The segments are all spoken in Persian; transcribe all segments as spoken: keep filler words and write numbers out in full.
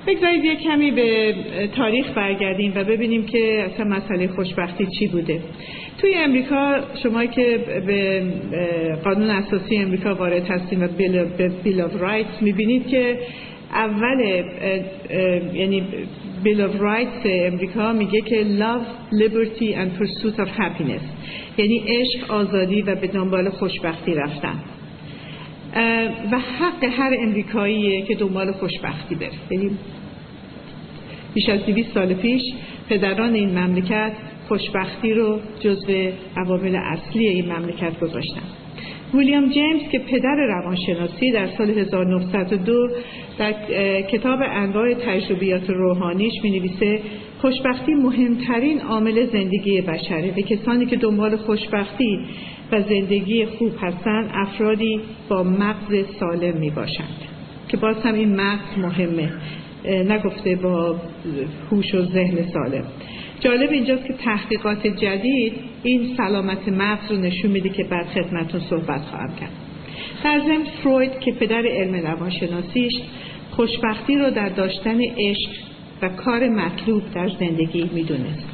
بگذارید یک کمی به تاریخ برگردیم و ببینیم که اصلا مسئله خوشبختی چی بوده. توی امریکا شما که به قانون اساسی امریکا وارد هستین و بیل آف رایتس میبینید که اول یعنی بیل آف رایتس امریکا میگه که love, liberty and pursuit of happiness، یعنی عشق، آزادی و به دنبال خوشبختی رفتن و حق هر امریکاییه که دنبال خوشبختی بره. یعنی بیش از دویست سال پیش پدران این مملکت خوشبختی رو جزو عوامل اصلی این مملکت گذاشتن. ویلیام جیمز که پدر روانشناسی در سال هزار و نهصد و دو در کتاب انواع تجربیات روحانیش می‌نویسه خوشبختی مهمترین عامل زندگی بشره و کسانی که دنبال خوشبختی و زندگی خوب هستند افرادی با مغز سالم میباشند، که باز هم این مغز مهمه، نگفته با هوش و ذهن سالم. جالب اینجاست که تحقیقات جدید این سلامت مغز رو نشون میده که بعد خدمتتون صحبت خواهم کرد. در ضمن فروید که پدر علم روانشناسیش خوشبختی رو در داشتن عشق و کار مطلوب در زندگی میدونست.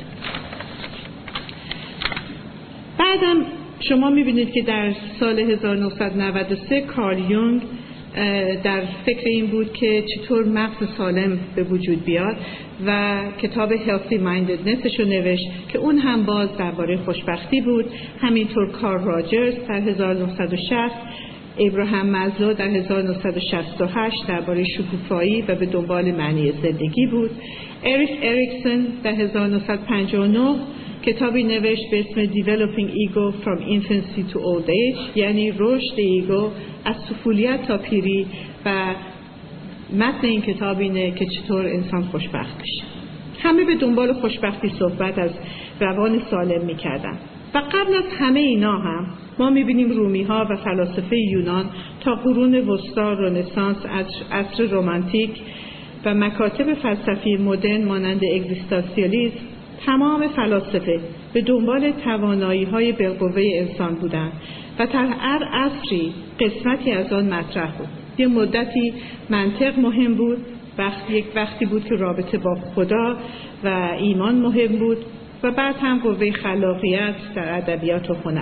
بعدم شما میبینید که در سال هزار و نهصد و نود و سه کارل یونگ در فکر این بود که چطور مغز سالم به وجود بیاد و کتاب Healthy Mindedness رو نوشت که اون هم باز درباره خوشبختی بود. همینطور کارل راجرز در هزار و نهصد و شصت، ابراهام مازلو در هزار و نهصد و شصت و هشت درباره شکوفایی و به دنبال معنی زندگی بود. اریک اریکسون در هزار و نهصد و پنجاه و نه کتابی نوشت به اسم Developing Ego from Infancy to Old Age، یعنی رشد ایگو از طفولیت تا پیری، و متن این کتاب اینه که چطور انسان خوشبخت بشه. همه به دنبال خوشبختی صحبت از روان سالم میکردن و قبل از همه اینا هم ما میبینیم رومی ها و فلاسفه یونان تا قرون وسطا، رنسانس، عصر رمانتیک و مکاتب فلسفی مدرن مانند اگزیستانسیالیسم، تمام فلاسفه به دنبال توانایی‌های بالقوه انسان بودند و در هر عصری قسمتی از آن مطرح بود. یه مدتی منطق مهم بود، وقتی یک وقتی بود که رابطه با خدا و ایمان مهم بود و بعد هم قوه خلاقیت در ادبیات و هنر.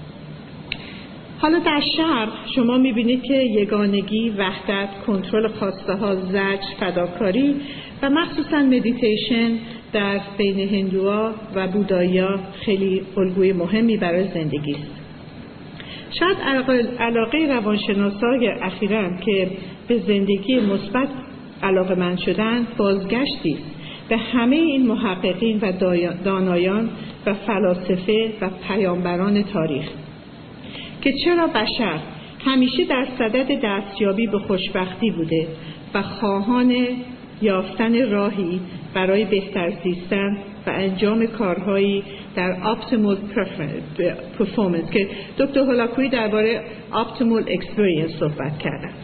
حالا در شرق شما می‌بینید که یگانگی، وحدت، کنترل خواسته‌ها، زجر، فداکاری و مخصوصاً مدیتیشن در بین هندوها و بودایا خیلی الگوی مهمی برای زندگی است. شاید علاقه روانشناسای اخیراً که به زندگی مثبت علاقه‌مند شدن بازگشتی است به همه این محققین و دانایان و فلاسفه و پیامبران تاریخ که چرا بشر همیشه در صدد دستیابی به خوشبختی بوده و خواهان یافتن راهی برای بهتر زیستن و انجام کارهایی در اپتیمال پرفورمنس که دکتر هولاکویی درباره اپتیمال اکسپریانس صحبت کردن.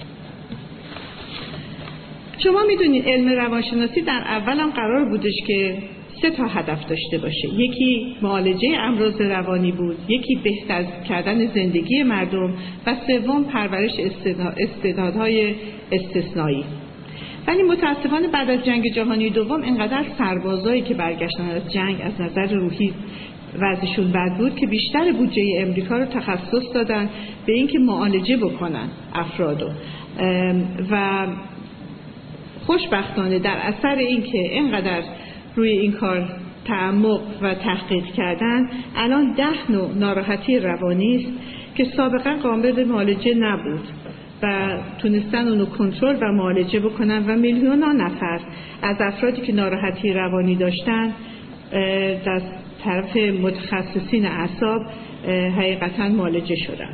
شما میدونید علم روانشناسی در اول هم قرار بودش که سه تا هدف داشته باشه. یکی معالجه امراض روانی بود، یکی بهتر کردن زندگی مردم و سوم پرورش استعدادهای استثنایی. ولی متاسفانه بعد از جنگ جهانی دوم اینقدر سربازایی که برگشتن از جنگ از نظر روحی وضعشون بد بود که بیشتر بودجه امریکا رو تخصص دادن به اینکه معالجه بکنن افرادو و خوشبختانه در اثر اینکه اینقدر روی این کار تعمق و تحقیق کردن الان ده نوع ناراحتی روانی است که سابقا قابل معالجه نبود و تونستن اونو کنترل و معالجه بکنن و میلیون ها نفر از افرادی که ناراحتی روانی داشتن در طرف متخصصین اعصاب حقیقتا معالجه شدن.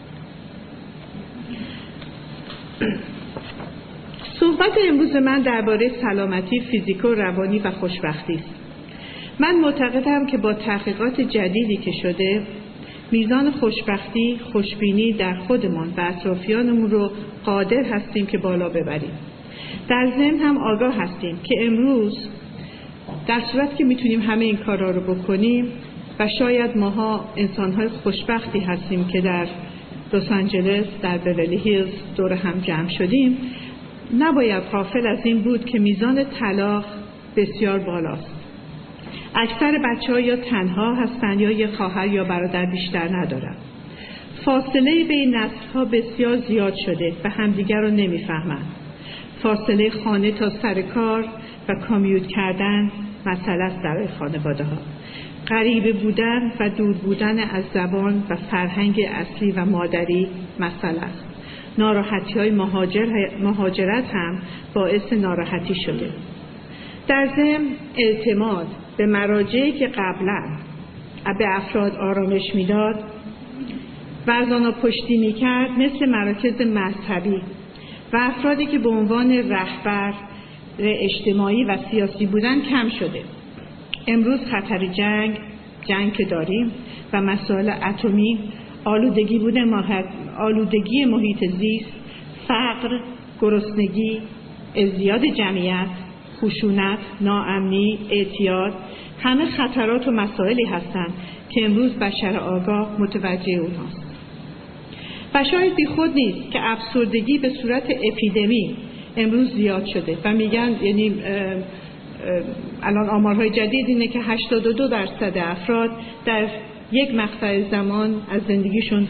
صحبت امروز من درباره سلامتی فیزیک و روانی و خوشبختی است. من معتقدم که با تحقیقات جدیدی که شده میزان خوشبختی، خوشبینی در خودمان و اطرافیانمون رو قادر هستیم که بالا ببریم. در ضمن هم آگاه هستیم که امروز در صورت که میتونیم همه این کارا رو بکنیم و شاید ماها انسان‌های خوشبختی هستیم که در لس آنجلس، در بیولی هیلز دور هم جمع شدیم، نباید غافل از این بود که میزان طلاق بسیار بالاست. اکثر بچه‌ها یا تنها هستند یا یک خواهر یا برادر بیشتر ندارند. فاصله بین نسل‌ها بسیار زیاد شده و همدیگر رو نمی‌فهمند. فاصله خانه تا سر کار و کامیوت کردن مسئله است برای خانواده‌ها. غریبه بودن و دور بودن از زبان و فرهنگ اصلی و مادری مسئله است. ناراحتی‌های مهاجر مهاجرت هم باعث ناراحتی شده. در ضمن اعتماد به مراجعی که قبلا به افراد آرامش میداد و از آنها پشتی میکرد، مثل مراکز مذهبی و افرادی که به عنوان رهبر اجتماعی و سیاسی بودن کم شده. امروز خطر جنگ، جنگ که داریم و مسائل اتمی، آلودگی بوده آلودگی محیط زیست، فقر، گرسنگی، ازدیاد جمعیت، خشونت، ناامنی، اعتیاد، همه خطرات و مسائلی هستند که امروز بشر آگاه متوجه اونهاست. و شاید بی خود نیست که افسردگی به صورت اپیدمی امروز زیاد شده و میگن، یعنی الان آمارهای جدید اینه که هشتاد و دو درصد افراد در یک مقطع زمان از زندگیشون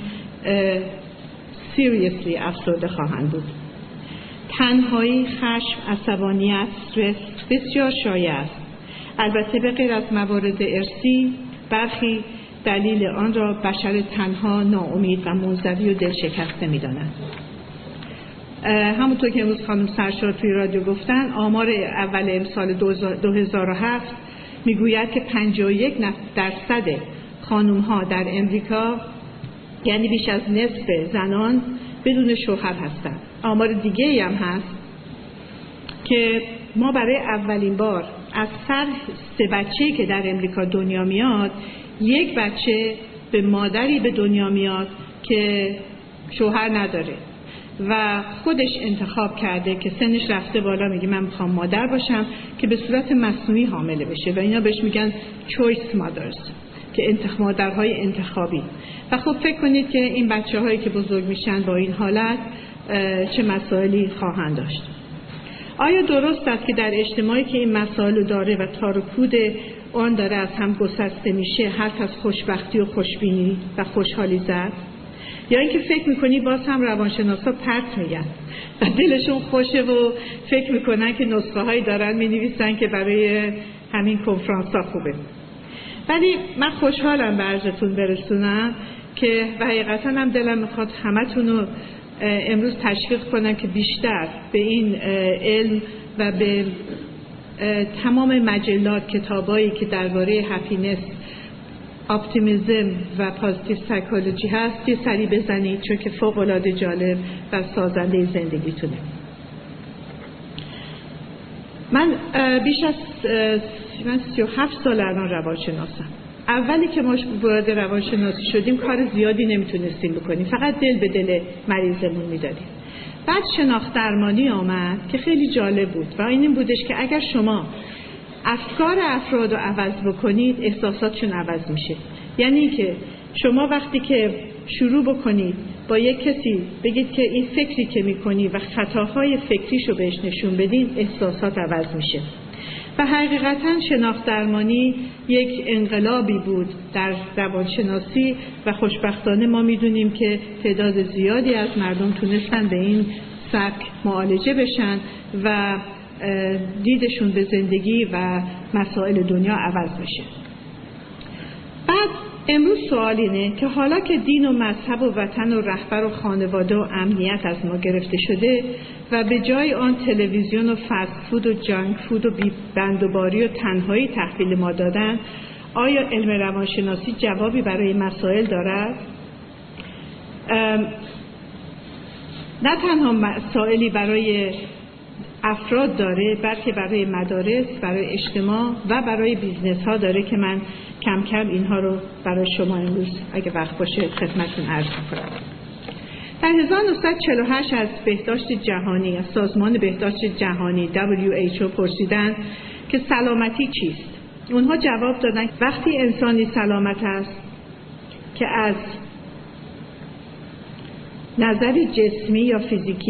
سیریسلی افسرده خواهند بود. تنهایی، خشم، عصبانیت، استرس بسیار شایع است. البته به غیر از موارد ارثی، برخی دلیل آن را بشر تنها، ناامید و منزوی و دلشکسته می‌دانند. همونطور که امروز خانم سرشار توی رادیو گفتن، آمار اول امسال دو هزار و هفت میگوید که پنجاه و یک درصد خانم‌ها در امریکا، یعنی بیش از نصف زنان، بدون شوهر هستند. آمار دیگه‌ای هم هست که ما برای اولین بار از هر سه بچه‌ای که در امریکا دنیا میاد، یک بچه به مادری به دنیا میاد که شوهر نداره و خودش انتخاب کرده که سنش رفته بالا، میگه من میخوام مادر باشم، که به صورت مصنوعی حامله بشه و اینا بهش میگن choice mothers، که انتخاب مادرهای انتخابی. و خب فکر کنید که این بچه هایی که بزرگ میشن با این حالت چه مسائلی خواهند داشت. آیا درست است که در اجتماعی که این مسائل داره و تار و پود آن داره از هم گسسته میشه، حرف از خوشبختی و خوشبینی و خوشحالی زد؟ یا اینکه فکر میکنی باز هم روانشناسا پرت میگن و دلشون خوشه و فکر میکنن که نسخه هایی دارن مینویسن که برای همین کنفرانس ها خوبه؟ ولی من خوشحالم به عرضتون برسونم که و حقیقتا هم دلم میخواد همتون رو امروز تشویق کنم که بیشتر به این علم و به تمام مجلات، کتابایی که درباره هپینس، اپتیمیسم و پازیتیو سایکولوژی هست یه سری بزنید، چون که فوق العاده جالب و سازنده زندگیتونه. من بیش از من سی و هفت سال الان روانشناسم. اولی که ما وارد روانشناسی شدیم کار زیادی نمیتونستیم بکنیم، فقط دل به دل مریضمون میدادیم. بعد شناخت درمانی آمد که خیلی جالب بود و این بودش که اگر شما افکار افراد رو عوض بکنید، احساساتشون عوض میشه. یعنی که شما وقتی که شروع بکنید با یک کسی بگید که این فکری که میکنی و خطاهای فکریشو بهش نشون بدین، احساسات عوض میشه. و حقیقتا شناخت درمانی یک انقلابی بود در روانشناسی و خوشبختانه ما میدونیم که تعداد زیادی از مردم تونستن به این سبک معالجه بشن و دیدشون به زندگی و مسائل دنیا عوض میشه. بعد امروز سوال اینه که حالا که دین و مذهب و وطن و رهبر و خانواده و امنیت از ما گرفته شده و به جای آن تلویزیون و فست فود و جانک فود و بی بندوباری و تنهایی تحویل ما دادن، آیا علم روانشناسی جوابی برای مسائل دارد؟ نه تنها مسائلی برای افراد داره، بلکه برای مدارس، برای اجتماع و برای بیزنس ها داره که من کم کم اینها رو برای شما امروز اگه وقت باشه خدمتتون عرض کنم. در هزار و نهصد و چهل و هشت از بهداشت جهانی، از سازمان بهداشت جهانی دبلیو اچ او پرسیدن که سلامتی چیست؟ اونها جواب دادن وقتی انسانی سلامت است که از نظر جسمی یا فیزیکی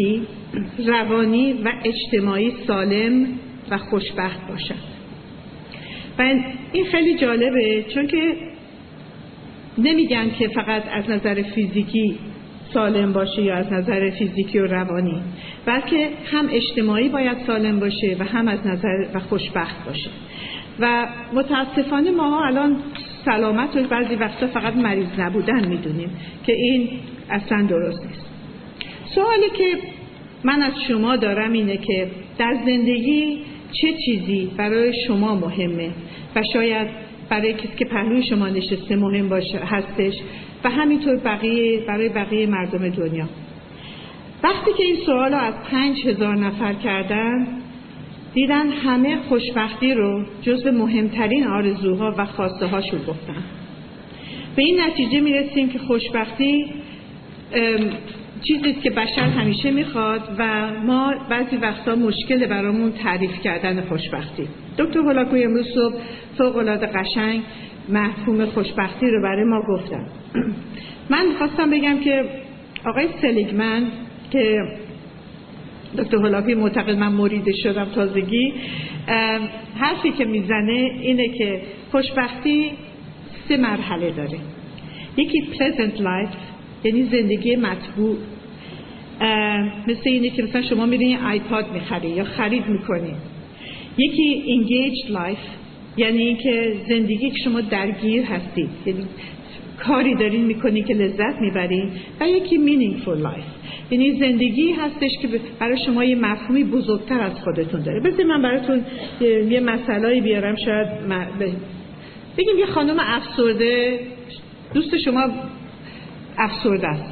روانی و اجتماعی سالم و خوشبخت باشد. و این خیلی جالبه، چون که نمیگن که فقط از نظر فیزیکی سالم باشه یا از نظر فیزیکی و روانی، بلکه هم اجتماعی باید سالم باشه و هم از نظر و خوشبخت باشه. و متاسفانه ما الان سلامت رو بعضی وقتا فقط مریض نبودن میدونیم که این اصلا درست نیست. سوالی که من از شما دارم اینه که در زندگی چه چیزی برای شما مهمه و شاید برای کسی که پهلوی شما نشسته مهم باشه هستش و همینطور بقیه برای بقیه مردم دنیا. وقتی که این سوال رو از پنج هزار نفر کردن، دیدن همه خوشبختی رو جزو مهمترین آرزوها و خواسته هاشون گفتن. به این نتیجه میرسیم که خوشبختی چیزیست که بشر همیشه میخواد و ما بعضی وقتا مشکل برامون تعریف کردن خوشبختی. دکتر هولاکوی امروز صبح فوق‌العاده قشنگ مفهوم خوشبختی رو برای ما گفتن. من خواستم بگم که آقای سلیگمن که دکتر هولاکوی معتقد من مرید شدم تازگی، حرفی که میزنه اینه که خوشبختی سه مرحله داره. یکی pleasant life، یعنی زندگی مطبوع، مثل اینه که مثلا شما میرین آیپاد میخری یا خرید میکنین. یکی engaged life، یعنی اینکه زندگی که شما درگیر هستید، یعنی کاری دارین میکنین که لذت میبرین. و یکی meaningful life، یعنی زندگی هستش که برای شما یه مفهومی بزرگتر از خودتون داره. بذارید من براتون یه مسئله‌ای بیارم. شاید بگیم یه خانم افسرده، دوست شما افسرده است،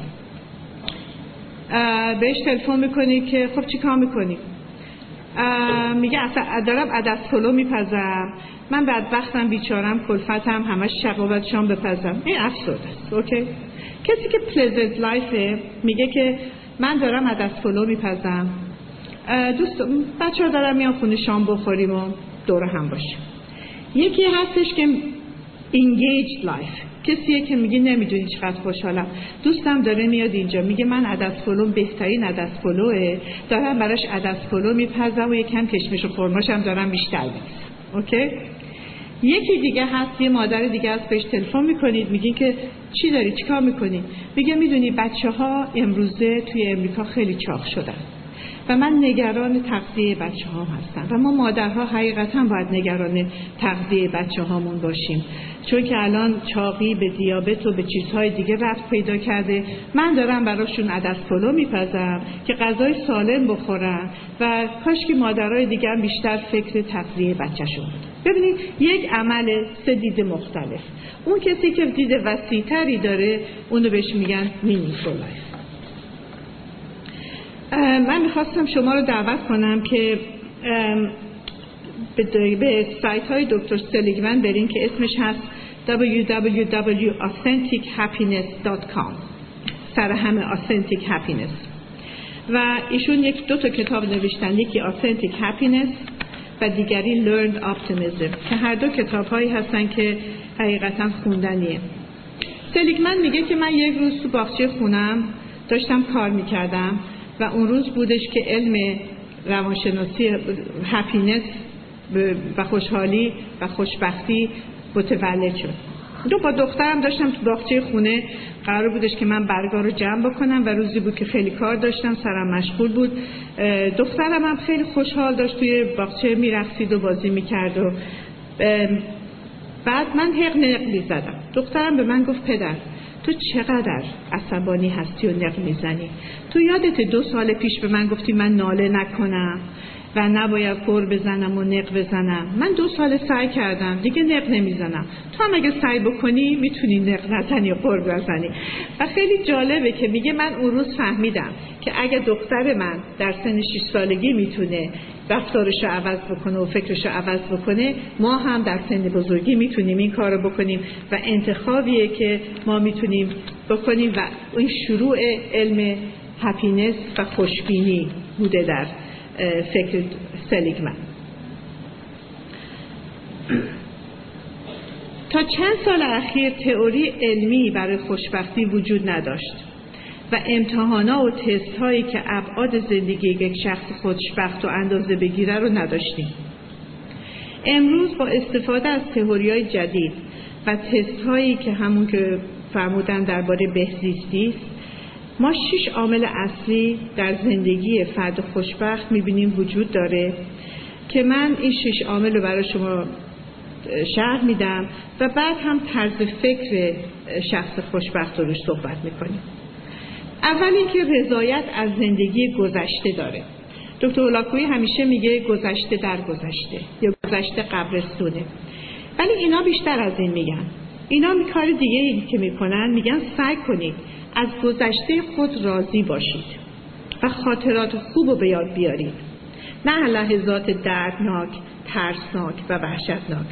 بهش تلفن میکنی که خب چی کار میکنی؟ میگه دارم عدس پلو میپزم، من بدبختم، بیچارم، کلفتم، همش شقاوت شام بپزم. این افسرده است. اوکی؟ کسی که پلزنت لایفه میگه که من دارم عدس پلو میپزم، دوست بچه ها دارم میان خونه شام بخوریم و دور هم باشیم. یکی هستش که engaged life، کسیه که میگه نمیدونی چقدر خوشحالم، دوستم داره میاد اینجا میگه من عدس پلو بهترین عدس پلوه، دارم براش عدس پلو میپزم و یکم کشمش و خرماشم دارم بیشتر میپزم. اوکی؟ یکی دیگه هست، یه مادر دیگه هست، بهش تلفن میکنید میگین که چی داری، چی کار میکنی؟ میگه میدونی بچه ها امروزه توی امریکا خیلی چاق شدن و من نگران تغذیه بچه ها هستم و ما مادرها حقیقتا باید نگران تغذیه بچه هامون باشیم، چون که الان چاقی به دیابت و به چیزهای دیگه ربط پیدا کرده. من دارم براشون عدس پلو میپزم که غذای سالم بخورن و کاش که مادرای دیگه هم بیشتر فکر تغذیه بچه‌شون بود. ببینید یک عمل سه دید مختلف. اون کسی که دید وسیع‌تری داره اونو بهش میگن meaningful life. من میخواستم شما رو دعوت کنم که به سایت های دکتر سلیگمن برین که اسمش هست دبلیو دبلیو دبلیو دات authentic happiness دات کام، سر همه authentic happiness. و ایشون یک دو تا کتاب نوشتن، یکی authentic happiness و دیگری learned optimism، که هر دو کتاب هایی هستن که حقیقتا خوندنیه. سلیگمن میگه که من یک روز تو باغچه خونم داشتم کار میکردم و اون روز بودش که علم روانشناسی هپینس و خوشحالی و خوشبختی متولد شد. دو با دخترم داشتم تو باغچه خونه، قرار بودش که من برگا رو جمع بکنم و روزی بود که خیلی کار داشتم، سرم مشغول بود. دخترم هم خیلی خوشحال داشت توی باغچه میرقصید و بازی میکرد و بعد من حق نقلی زدم. دخترم به من گفت پدر تو چقدر عصبانی هستی و نق میزنی؟ تو یادت دو سال پیش به من گفتی من ناله نکنم و نباید قر بزنم و نق بزنم. من دو سال سعی کردم دیگه نق نمیزنم، تو هم اگه سعی بکنی میتونی نق نزنی و قر بزنی. و خیلی جالبه که میگه من اون روز فهمیدم که اگه دختر من در سن شش سالگی میتونه رفتارش رو عوض بکنه و فکرش رو عوض بکنه، ما هم در سن بزرگی میتونیم این کار رو بکنیم و انتخابیه که ما میتونیم بکنیم و این شروع علم هپینس و خوشبینی بوده در فکر سلیگمن. تا چند سال اخیر تئوری علمی برای خوشبختی وجود نداشت و امتحانا و تست هایی که ابعاد زندگی یک شخص خوشبخت و اندازه بگیره رو نداشتیم. امروز با استفاده از تئوری‌های جدید و تست هایی که همون که فرمودن درباره بهزیستی است، ما شش عامل اصلی در زندگی فرد خوشبخت می‌بینیم وجود داره که من این شش عامل رو برای شما شرح میدم و بعد هم طرز فکر شخص خوشبخت رو روش صحبت میکنیم. اول اینکه رضایت از زندگی گذشته داره. دکتر هولاکویی همیشه میگه گذشته در گذشته یا گذشته قبرستونه، ولی اینا بیشتر از این میگن. اینا می کار دیگه ای که میکنن، میگن سعی کنید از گذشته خود راضی باشید و خاطرات خوب رو به یاد بیارید، نه لحظات دردناک، ترسناک و وحشتناک.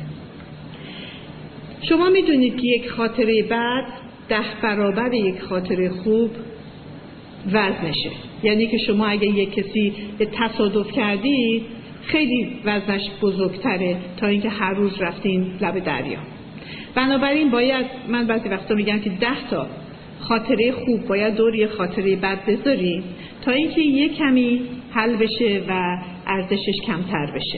شما میدونید که یک خاطره بد ده برابر یک خاطره خوب وزنشه. یعنی که شما اگه یک کسی تصادف کردید خیلی وزنش بزرگتره تا اینکه هر روز رفتین لب دریا. بنابراین باید، من بعضی وقتا میگم که ده تا خاطره خوب باید دور یه خاطره بد بذاریم تا اینکه یه کمی حل بشه و ارزشش کمتر بشه.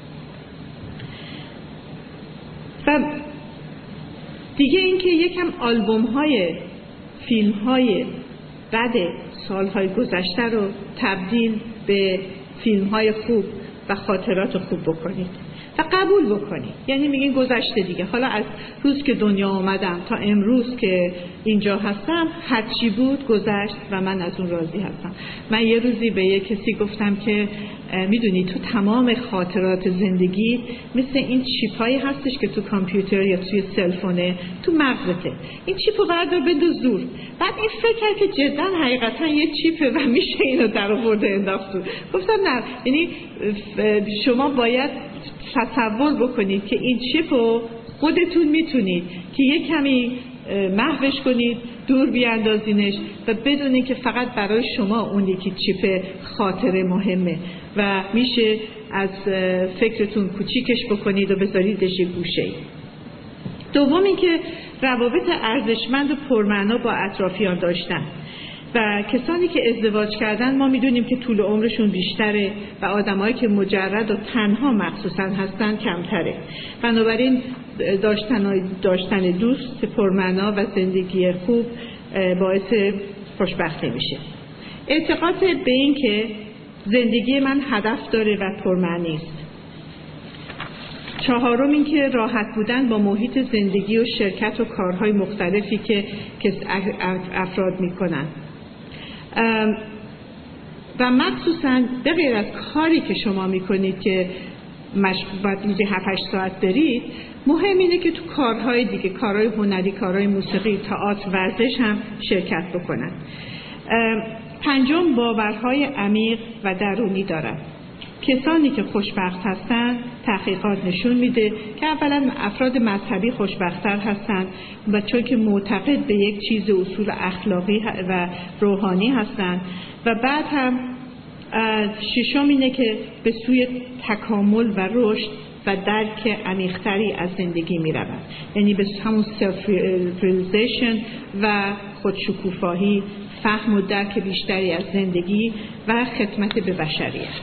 و دیگه اینکه یکم آلبوم های فیلم های بد سالهای گذشته رو تبدیل به فیلم های خوب و خاطرات خوب بکنید و قبول بکنید. یعنی میگین گذشته دیگه، حالا از روز که دنیا آمدم تا امروز که اینجا هستم هر چی بود گذشت و من از اون راضی هستم. من یه روزی به یه کسی گفتم که میدونی تو تمام خاطرات زندگی مثل این چیپایی هستش که تو کامپیوتر یا توی سلفونه تو مغزته، این چیپو بردار بدوز دور. بعد این فکر کرد که جدا حقیقتا یه چیپه و میشه اینو در آورده انداخت. گفتم نه، یعنی شما باید تصور بکنید که این چیپو خودتون میتونید که یک کمی محوش کنید، دور بیاندازینش و بدونید که فقط برای شما اون یکی چیپ خاطره مهمه و میشه از فکرتون کوچیکش بکنید و بذاریدش یه گوشه‌ای. دوم اینکه روابط ارزشمند و پرمعنا با اطرافیان داشتن و کسانی که ازدواج کردن ما میدونیم که طول عمرشون بیشتره و آدمایی که مجرد و تنها مخصوصا هستن کمتره. بنابراین داشتن داشتن دوست پرمعنا و زندگی خوب باعث خوشبختی میشه. اعتقاد به این که زندگی من هدف داره و پرمعنی است. چهارم این که راحت بودن با محیط زندگی و شرکت و کارهای مختلفی که افراد میکنن و مخصوصا به غیر از کاری که شما میکنید که مشغول روزی هفت هشت ساعت برید، مهم اینه که تو کارهای دیگه، کارهای هنری، کارهای موسیقی، تئاتر، ورزش هم شرکت بکنن. پنجم باورهای عمیق و درونی دارن. کسانی که خوشبخت هستن تحقیقات نشون میده که اولا افراد مذهبی خوشبخت‌تر هستن و چون که معتقد به یک چیز اصول اخلاقی و روحانی هستن و بعد هم ششم اینه که به سوی تکامل و رشد و درک عمیق‌تری از زندگی میروند. یعنی به همون سلف ریلیزیشن و خودشکوفایی، فهم و درک بیشتری از زندگی و خدمت به بشریت.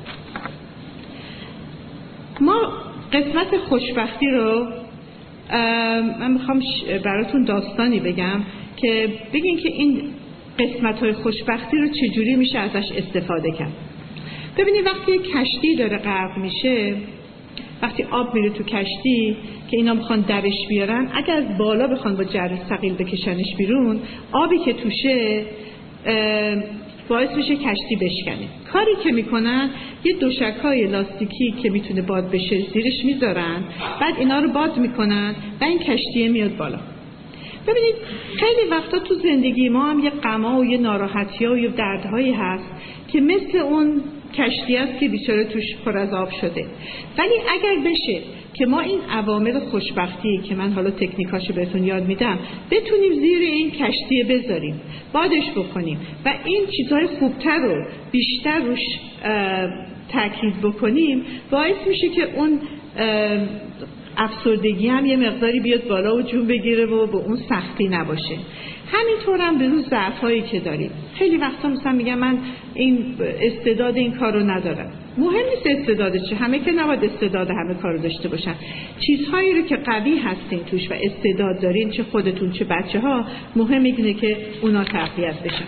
ما قسمت خوشبختی رو من میخوام براتون داستانی بگم که بگین که این قسمت‌های خوشبختی رو چجوری میشه ازش استفاده کرد. ببینید وقتی یک کشتی داره غرق میشه، وقتی آب میره تو کشتی که اینا میخوان درش بیارن، اگر از بالا بخوان با جر ثقیل بکشنش بیرون، آبی که توشه باعث میشه کشتی بشکنه. کاری که میکنن یه دوشکای لاستیکی که میتونه باد بشه زیرش میذارن، بعد اینا رو باد میکنن و این کشتی میاد بالا. ببینید خیلی وقتا تو زندگی ما هم یه غم‌ها و یه ناراحتی‌ها و یه دردهایی هست که مثل اون کشتی است که بیچاره توش پر از آب شده. ولی اگر بشه که ما این عوامل خوشبختی که من حالا تکنیکاشو بهتون یاد میدم بتونیم زیر این کشتی بذاریم، بادش بکنیم و این چیزهای خوبتر رو بیشتر روش تاکید بکنیم باعث میشه که اون افسردگی هم یه مقداری بیاد بالا و جون بگیره و به اون سختی نباشه. همینطور هم به روز ضعف‌هایی که داریم. خیلی وقتا مثلا میگم من این استعداد این کار رو ندارم. مهم نیست استعداد چه، همه که نباید استعداد همه کار رو داشته باشن. چیزهایی رو که قوی هستین توش و استعداد دارین، چه خودتون چه بچه ها، مهم اینه که اونا تقویت بشن.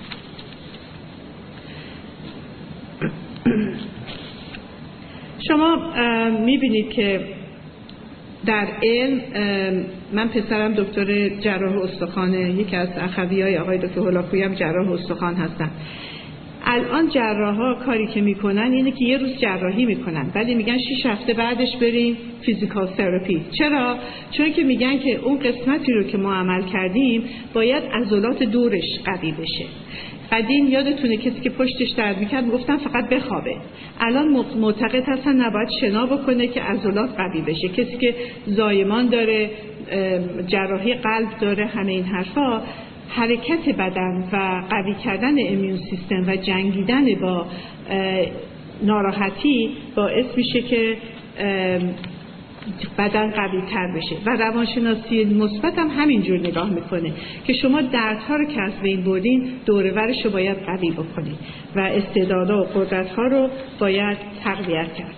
شما میبینید که در علم، من پسرم دکتر جراح استخوانه، یکی از اخویای آقای دکتر هولاکویی هم جراح استخوان هستن. الان جراحا کاری که میکنن اینه که یه روز جراحی میکنن ولی میگن شش هفته بعدش بریم فیزیکال تراپی. چرا؟ چون که میگن که اون قسمتی رو که ما عمل کردیم باید عضلات دورش قوی بشه. قدیم یادتونه کسی که پشتش درد میکرد گفتن فقط بخوابه. الان معتقد هستن نباید شنا بکنه که عضلات قوی بشه. کسی که زایمان داره، جراحی قلب داره، همه این حرفا، حرکت بدن و قوی کردن امیون سیستم و جنگیدن با ناراحتی باعث میشه که بدن قوی تر بشه. و روانشناسی مثبت هم همینجور نگاه میکنه که شما دردها رو که از بین بردین دور و برش رو باید قوی بکنید و استعدادها و قدرتها رو باید تقویت کرد.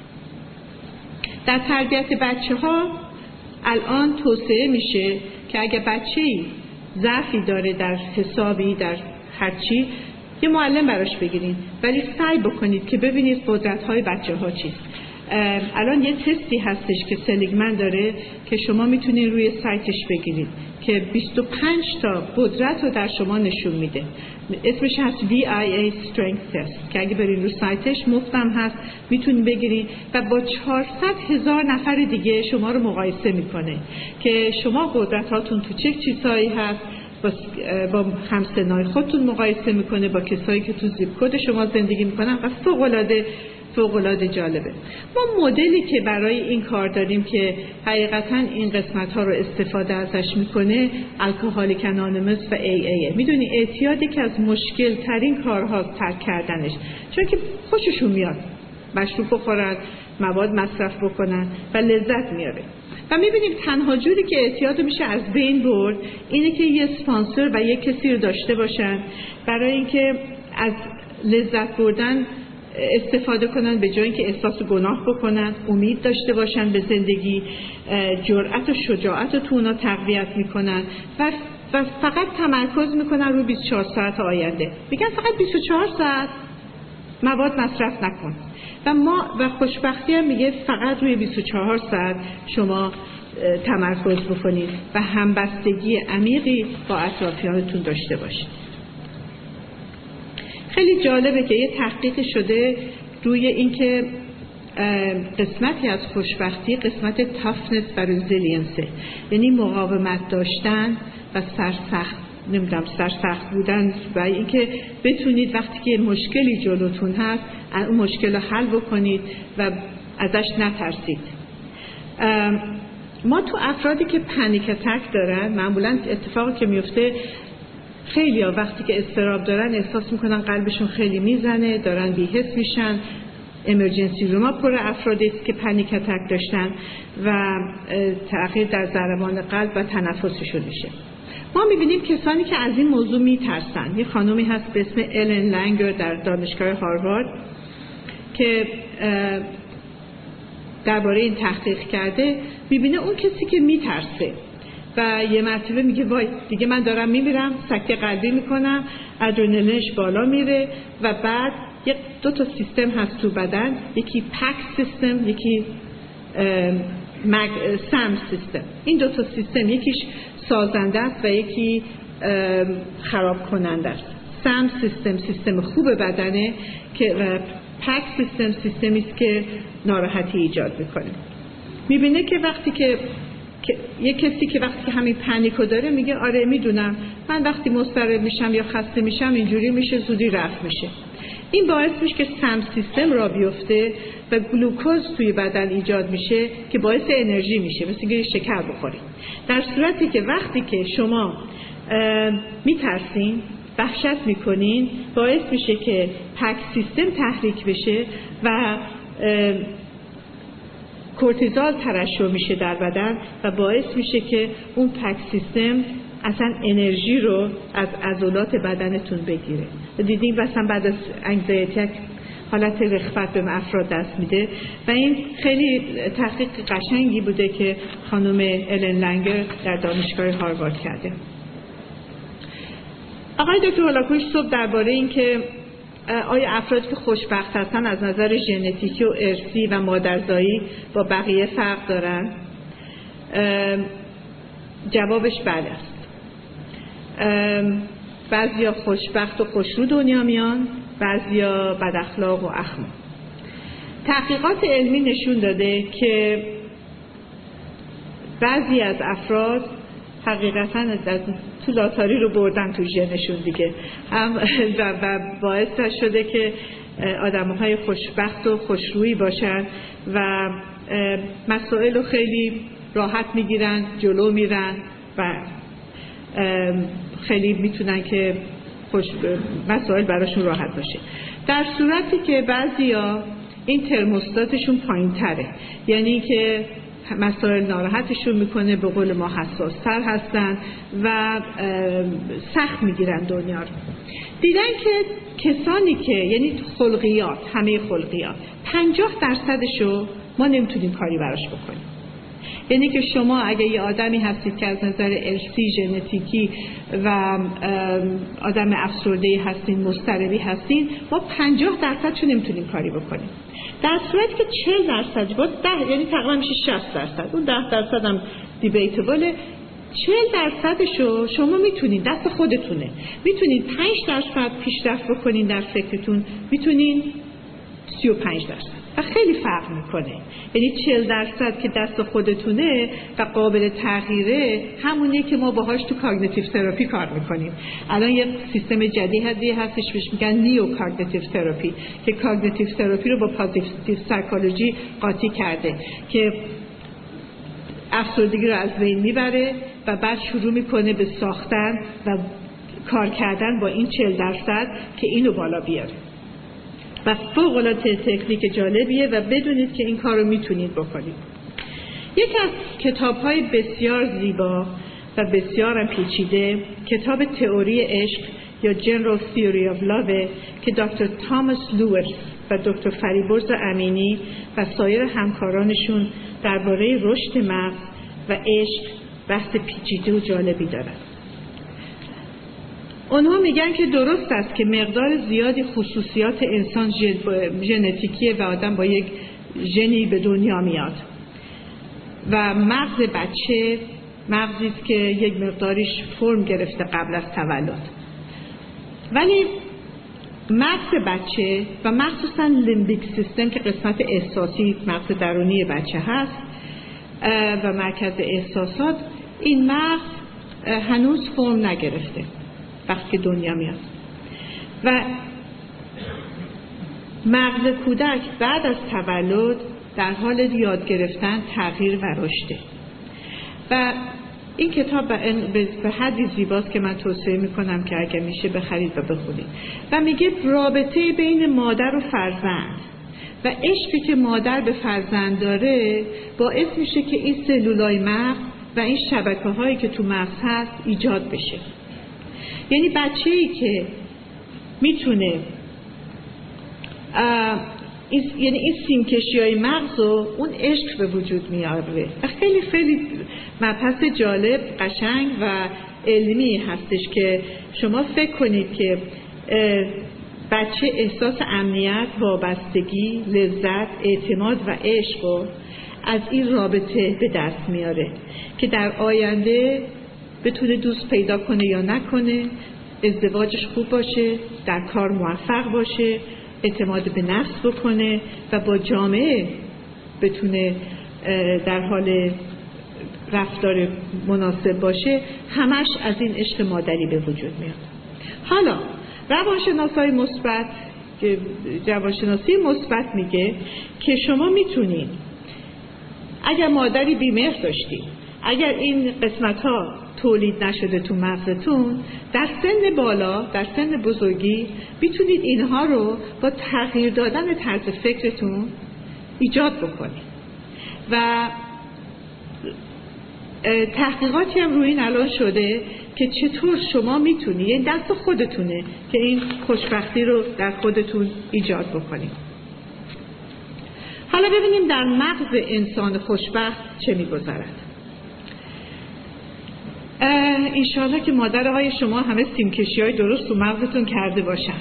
در تربیت بچه ها الان توصیه میشه که اگه بچه‌ای ضعفی داره در حسابی، در هرچی، یه معلم براش بگیرین ولی سعی بکنید که ببینید قدرت‌های بچه‌ها چیست. الان یه تستی هستش که سلیگمن داره که شما میتونید روی سایتش بگیرید که بیست و پنج تا قدرت رو در شما نشون میده. اسمش هست وی آی ای Strength Test که اگه برید روی سایتش مفتم هست، میتونید بگیرید و با چهارصد هزار نفر دیگه شما رو مقایسه میکنه که شما قدرتاتون تو چه چیزهایی هست، با همسنای خودتون مقایسه میکنه با کسایی که تو زیپ کد شما زندگی میکنن و فوق‌العاده فوق‌العاده جالبه. ما مدلی که برای این کار داریم که حقیقتاً این قسمت‌ها رو استفاده ازش میکنه الکلیک انونیمس و ای ای. میدونی اعتیاد که از مشکل ترین کارها ترک کردنش، چون که خوششون میاد مشروب بخورن، مواد مصرف بکنن و لذت میاره. و میبینیم تنها جوری که اعتیاد میشه از بین برد اینه که یه اسپانسر و یه کسی رو داشته باشن برای اینکه از لذت بردن استفاده کنن به جای اینکه احساس گناه بکنن، امید داشته باشن به زندگی، جرأت و شجاعت رو تو اونا تقویت میکنن و و فقط تمرکز میکنن رو بیست و چهار ساعت آینده. میگن فقط بیست و چهار ساعت مواد مصرف نکن. و ما و خوشبختی هم میگه فقط روی بیست و چهار ساعت شما تمرکز بکنید و همبستگی عمیقی با اطرافیانتون داشته باشید. خیلی جالبه که یه تحقیق شده روی اینکه قسمتی از خوشبختی قسمت تافنس و رزیلینسه، یعنی مقاومت داشتن و سرسخت نمیدونم سرسخت بودن و اینکه بتونید وقتی که مشکلی جلوتون هست اون مشکل رو حل بکنید و ازش نترسید. ما تو افرادی که پنیک اتک دارن معمولا اتفاقی که میفته خیلی ها وقتی که اضطراب دارن احساس میکنن قلبشون خیلی میزنه، دارن بی‌حس میشن. امرجنسی روما پر افرادی است که پنیک اتک داشتن و تغییر در ضربان قلب و تنفسشون میشه. ما میبینیم کسانی که از این موضوع میترسن. یه خانومی هست به اسم الن لنگر در دانشگاه هاروارد که درباره این تحقیق کرده. میبینه اون کسی که میترسه و یه مرتبه میگه وای دیگه من دارم میمیرم، سکته قلبی میکنم، ادرنالینش بالا میره و بعد یک دو تا سیستم هست تو بدن، یکی پک سیستم، یکی مگ... سم سیستم. این دو تا سیستم یکیش سازنده است و یکی خراب کننده است. سم سیستم سیستم خوب بدنه که پک سیستم سیستمی است که ناراحتی ایجاد میکنه. میبینه که وقتی که که یه کسی که وقتی که همین پنیکو داره میگه آره میدونم من وقتی مضطرب میشم یا خسته میشم اینجوری میشه، زودی رفت میشه. این باعث میشه که سم سیستم را بیفته و گلوکوز توی بدن ایجاد میشه که باعث انرژی میشه، مثل اینکه شکر بخورید. در صورتی که وقتی که شما میترسین و وحشت میکنین باعث میشه که پک سیستم تحریک بشه و کورتیزول ترشح میشه در بدن و باعث میشه که اون پک سیستم اصلا انرژی رو از عضلات بدنتون بگیره. دیدیم مثلا بعد از انگزایتی حالت رخوت به افراد دست میده و این خیلی تحقیق قشنگی بوده که خانم الن لنگر در دانشگاه هاروارد کرده. آقای دکتر هولاکوش صبح درباره این که آیا افرادی که خوشبخت هستن از نظر ژنتیکی و ارثی و مادرزایی با بقیه فرق دارن؟ جوابش بله است. بعضیا خوشبخت و خوشرو دنیا میان، بعضیا بد اخلاق و احمق. تحقیقات علمی نشون داده که بعضی از افراد حقیقتاً از تو لاتاری رو بردن تو ژنشون دیگه هم و باعث شده که آدم‌های خوشبخت و خوشرویی باشن و مسائل رو خیلی راحت میگیرن، جلو میرن و خیلی میتونن که خوش مسائل براشون راحت باشه. در صورتی که بعضیا این ترموستاتشون پایین تره، یعنی که مسائل ناراحتشون میکنه، به قول ما حساس تر هستن و سخت میگیرن دنیا رو. دیدن که کسانی که یعنی خلقیات، همه خلقیات پنجاه درصدشو ما نمیتونیم کاری براش بکنیم. یعنی که شما اگه یه آدمی هستید که از نظر ارثی، ژنتیکی و آدم افسرده‌ای هستین، مضطربی هستین، ما پنجاه درصدشو نمیتونیم کاری بکنیم. در صورتی که چهل درصد با ده، یعنی تقریبا میشه شصت درصد، اون ده درصد هم دیبیتبله، چهل درصدشو شما میتونید، دست خودتونه، میتونید پنج درصد پیشرفت بکنین در فکرتون، میتونین سی و پنج درصد و خیلی فرق میکنه. یعنی چهل درصد که دست خودتونه و قابل تغییره همونیه که ما باهاش تو کاگنیتیو تراپی کار میکنیم. الان یه سیستم جدیدی هستش بهش میگن نیو کاگنیتیو تراپی که کاگنیتیو تراپی رو با پازیتیو سایکولوژی قاطی کرده که افسردگی رو از بین میبره و بعد شروع میکنه به ساختن و کار کردن با این چهل درصد که اینو بالا بیاره و فوق العاده تکنیک جالبیه و بدونید که این کار رو میتونید بکنید. یکی از کتاب‌های بسیار زیبا و بسیار پیچیده کتاب تئوری عشق یا General Theory of Love که دکتر تاماس لوئرس و دکتر فریبرز امینی و سایر همکارانشون درباره رشد مغز و عشق بحث پیچیده و جالبی دارن. اونها میگن که درست است که مقدار زیادی خصوصیات انسان ژنتیکیه و آدم با یک ژنی به دنیا میاد و مغز بچه مغزی است که یک مقداریش فرم گرفته قبل از تولد، ولی مغز بچه و مخصوصا لیمبیک سیستم که قسمت احساسی مغز درونی بچه هست و مرکز احساسات، این مغز هنوز فرم نگرفته وقتی دنیا میاد و مغز کودک بعد از تولد در حال یاد گرفتن، تغییر و رشده و این کتاب به حدی زیباست که من توصیه میکنم که اگه میشه بخرید و بخونید و میگه رابطه بین مادر و فرزند و عشقی که مادر به فرزند داره باعث میشه که این سلولای مغز و این شبکه هایی که تو مغز هست ایجاد بشه. یعنی بچه‌ای که میتونه این یعنی این سیمکشی‌های مغز و اون عشق به وجود میاره و خیلی خیلی مبحث جالب، قشنگ و علمی هستش که شما فکر کنید که بچه احساس امنیت، وابستگی، لذت، اعتماد و عشق رو از این رابطه به دست میاره که در آینده بتونه دوست پیدا کنه یا نکنه، ازدواجش خوب باشه، در کار موفق باشه، اعتماد به نفس بکنه و با جامعه بتونه در حال رفتار مناسب باشه. همش از این عشق مادری به وجود میاد. حالا روانشناسای مثبت، روانشناسی مثبت میگه که شما میتونید اگر مادری بی‌مهر داشتید، اگر این قسمت ها تولید نشده تو مغزتون، در سن بالا، در سن بزرگی میتونید اینها رو با تغییر دادن طرز فکرتون ایجاد بکنید. و تحقیقاتی هم روی این الان شده که چطور شما میتونید، یعنی دست خودتونه که این خوشبختی رو در خودتون ایجاد بکنید. حالا ببینیم در مغز انسان خوشبخت چه میگذرد. انشاءالله که مادرهای شما همه سیمکشی های درست تو مغزتون کرده باشن.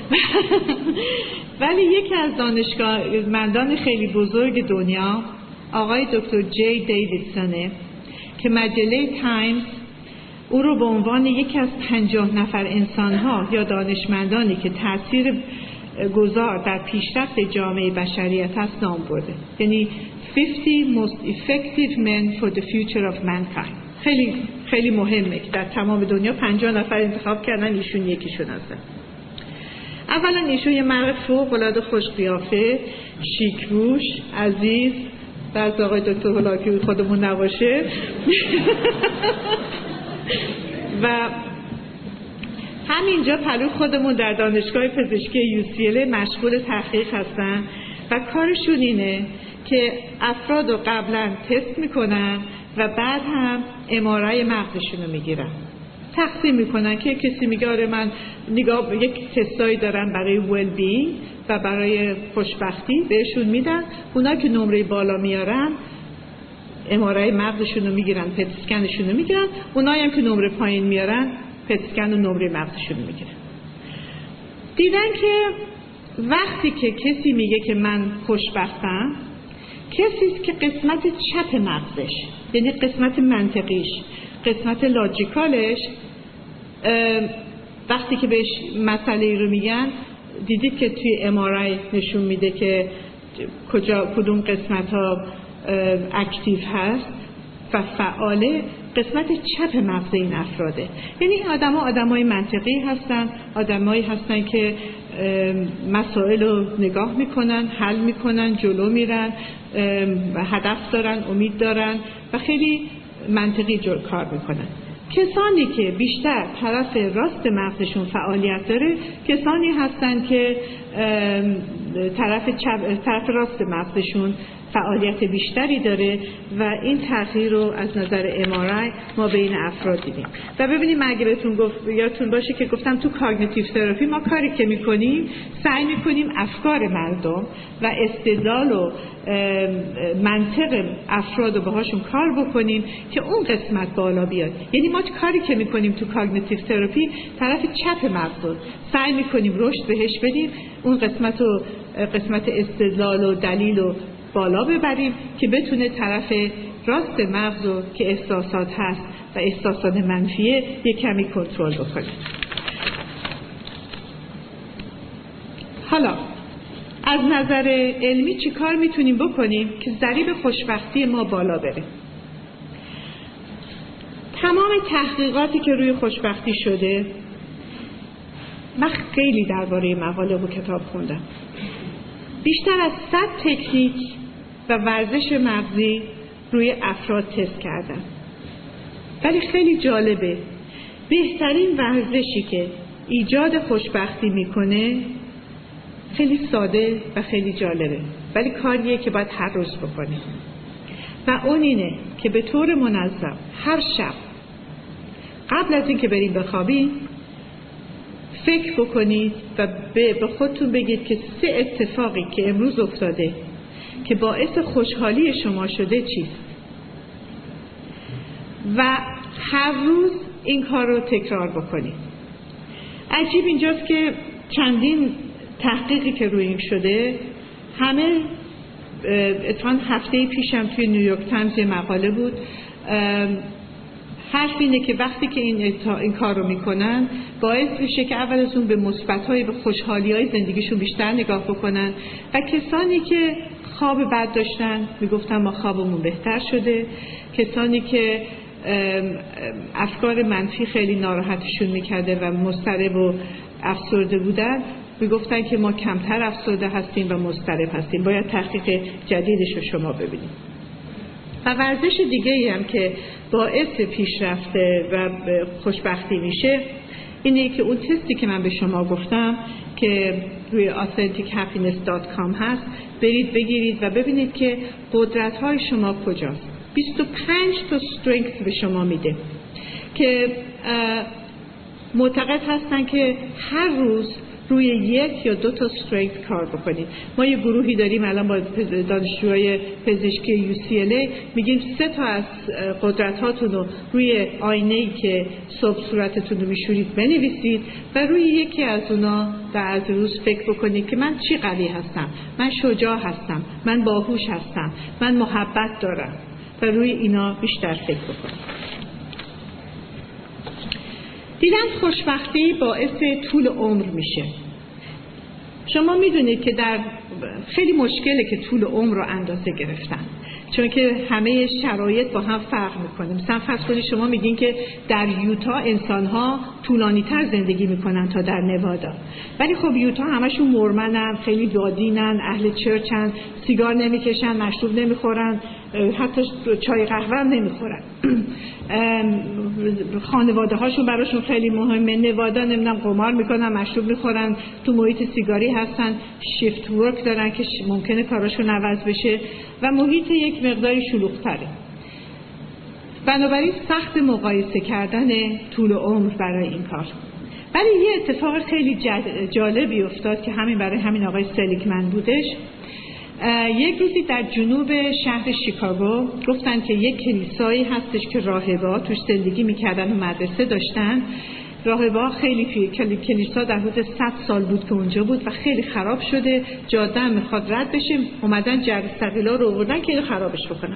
ولی یکی از دانشمندان خیلی بزرگ دنیا، آقای دکتر جی دیویدسونه، که مجله تایمز او رو به عنوان یکی از پنجاه نفر انسانها یا دانشمندانی که تأثیر گذار در پیشرفت جامعه بشریت هست نام برده. یعنی fifty most effective men for the future of mankind. خیلی خیلی مهمه که در تمام دنیا پنجاه نفر انتخاب کردن، ایشون یکیشون هستن. اولا ایشون یه مرد فوق العاده خوش قیافه، شیک‌روش، عزیز، بعض آقای دکتر هولاکی خودمون نباشه و همینجا پلو خودمون در دانشگاه پزشکی یو سی ال مشغول تحقیق هستن و کارشون اینه که افراد رو قبلا تست میکنن و بعد هم ام آر آی مغزشون رو میگیرن، تقسیم میکنن که کسی میگه آره من نگاه یک تستایی دارم برای ویل بینگ و برای خوشبختی بهشون میدن، اونا که نمره بالا میارن ام آر آی مغزشون رو میگیرن، پت اسکنشون رو میگیرن، اونایی هم که نمره پایین میارن پت اسکن و نمره مغزشون رو میگیرن. دیدن که وقتی که کسی میگه که من خوشبختم، کسی است که قسمت چپ مغزش، یعنی قسمت منطقیش، قسمت لاجیکالش، وقتی که بهش مسئله رو میگن، دیدید که توی ام آر آی نشون میده که کجا کدوم قسمت ها اکتیو هست و فعاله، قسمت چپ مغز این افراده. یعنی این آدم ها آدم های منطقی هستن، آدم هایی هستن که مسائل رو نگاه میکنن، حل میکنن، جلو میرن، هدف دارن، امید دارن و خیلی منطقی جور کار میکنن. کسانی که بیشتر طرف راست مغزشون فعالیت داره، کسانی هستن که طرف چپ، طرف راست مغزشون فعالیت بیشتری داره و این تغییر رو از نظر ام آر آی ما بین افراد دیدیم. و ببینیم اگه بهتون گفت یادتون باشه که گفتم تو کاگنیتیو تراپی ما کاری که میکنیم سعی میکنیم افکار مردم و استدلال و منطق افراد رو باهاشون کار بکنیم که اون قسمت بالا بیاد. یعنی ما کاری که میکنیم تو کاگنیتیو تراپی طرف چپ مغز رو سعی میکنیم رشد بهش بدیم، اون قسمت رو قسمت استدلال و دلیل و بالا ببریم که بتونه طرف راست مغز رو که احساسات هست و احساسات منفیه یک کمی کنترل بکنه. حالا از نظر علمی چی کار میتونیم بکنیم که ضریب خوشبختی ما بالا بره؟ تمام تحقیقاتی که روی خوشبختی شده، من خیلی درباره مقاله و کتاب خوندم، بیشتر از صد تکنیک و ورزش مغزی روی افراد تست کردن. ولی خیلی جالبه، بهترین ورزشی که ایجاد خوشبختی میکنه خیلی ساده و خیلی جالبه، ولی کاریه که باید هر روز بکنیم و اون اینه که به طور منظم هر شب قبل از این که بریم بخوابیم فکر بکنید و به خودتون بگید که سه اتفاقی که امروز افتاده که باعث خوشحالی شما شده چیست و هر روز این کار رو تکرار بکنید. عجیب اینجاست که چندین تحقیقی که روی این شده، همه اتفاقاً هفته پیشم توی نیویورک تایمز یه مقاله بود، حرف اینه که وقتی که این, این کار رو میکنن باعث میشه که اول از اون به مثبت‌های به خوشحالی‌های زندگیشون بیشتر نگاه بکنن و کسانی که خواب بد داشتن میگفتن ما خوابمون بهتر شده، کسانی که افکار منفی خیلی ناراحتشون میکرده و مضطرب و افسرده بودن میگفتن که ما کمتر افسرده هستیم و مضطرب هستیم. باید تحقیق جدیدش رو شما ببینید. و ورزش دیگه ای هم که باعث پیشرفت و خوشبختی میشه اینه که اون تستی که من به شما گفتم که روی authentic happiness dot com هست، برید بگیرید و ببینید که قدرت‌های شما کجاست. بیست و پنج تا strength به شما میده که معتقد هستن که هر روز روی یک یا دو تا strength کار بکنید. ما یه گروهی داریم الان با دانشجوهای پزشکی یو سی ال ای میگیم سه تا از قدرت‌هاتون رو روی آینه‌ای که صبح صورتتون رو میشورید بنویسید و روی یکی از اونا در از روز فکر بکنید که من چی قوی هستم، من شجاع هستم، من باهوش هستم، من محبت دارم و روی اینا بیشتر فکر بکنید. دیدن خوشبختی باعث طول عمر میشه. شما میدونید که در خیلی مشکله که طول عمر رو اندازه گرفتن، چون که همه شرایط با هم فرق میکنه. مثلا فرض کنید شما میگین که در یوتا انسان‌ها طولانی تر زندگی میکنن تا در نوادا، ولی خب یوتا همشون مورمنن، خیلی دادینن، اهل چرچن، سیگار نمیکشن، مشروب نمیخورن، حتی چای قهوه هم نمیخورن. خانواده هاشون براشون خیلی مهمه. نوادا نمیدونم قمار میکنن، مشروب میخورن، تو محیط سیگاری هستن، شیفت ورک دارن که ممکنه کاراشون عوض بشه و محیط یک مقداری شلوغ‌تره. بنابراین سخت مقایسه کردن طول عمر برای این کار. ولی یه اتفاق خیلی جالبی افتاد که همین برای همین آقای سلیگمن بودش. یک روزی در جنوب شهر شیکاگو گفتن که یک کلیسایی هستش که راهبه‌ها توش زندگی میکردن و مدرسه داشتن. راهبه‌ها خیلی کلیسا در حدود صد سال بود که اونجا بود و خیلی خراب شده، جاده هم میخواد رد بشه، اومدن جرثقیلا رو آوردن که اینو خرابش بکنن.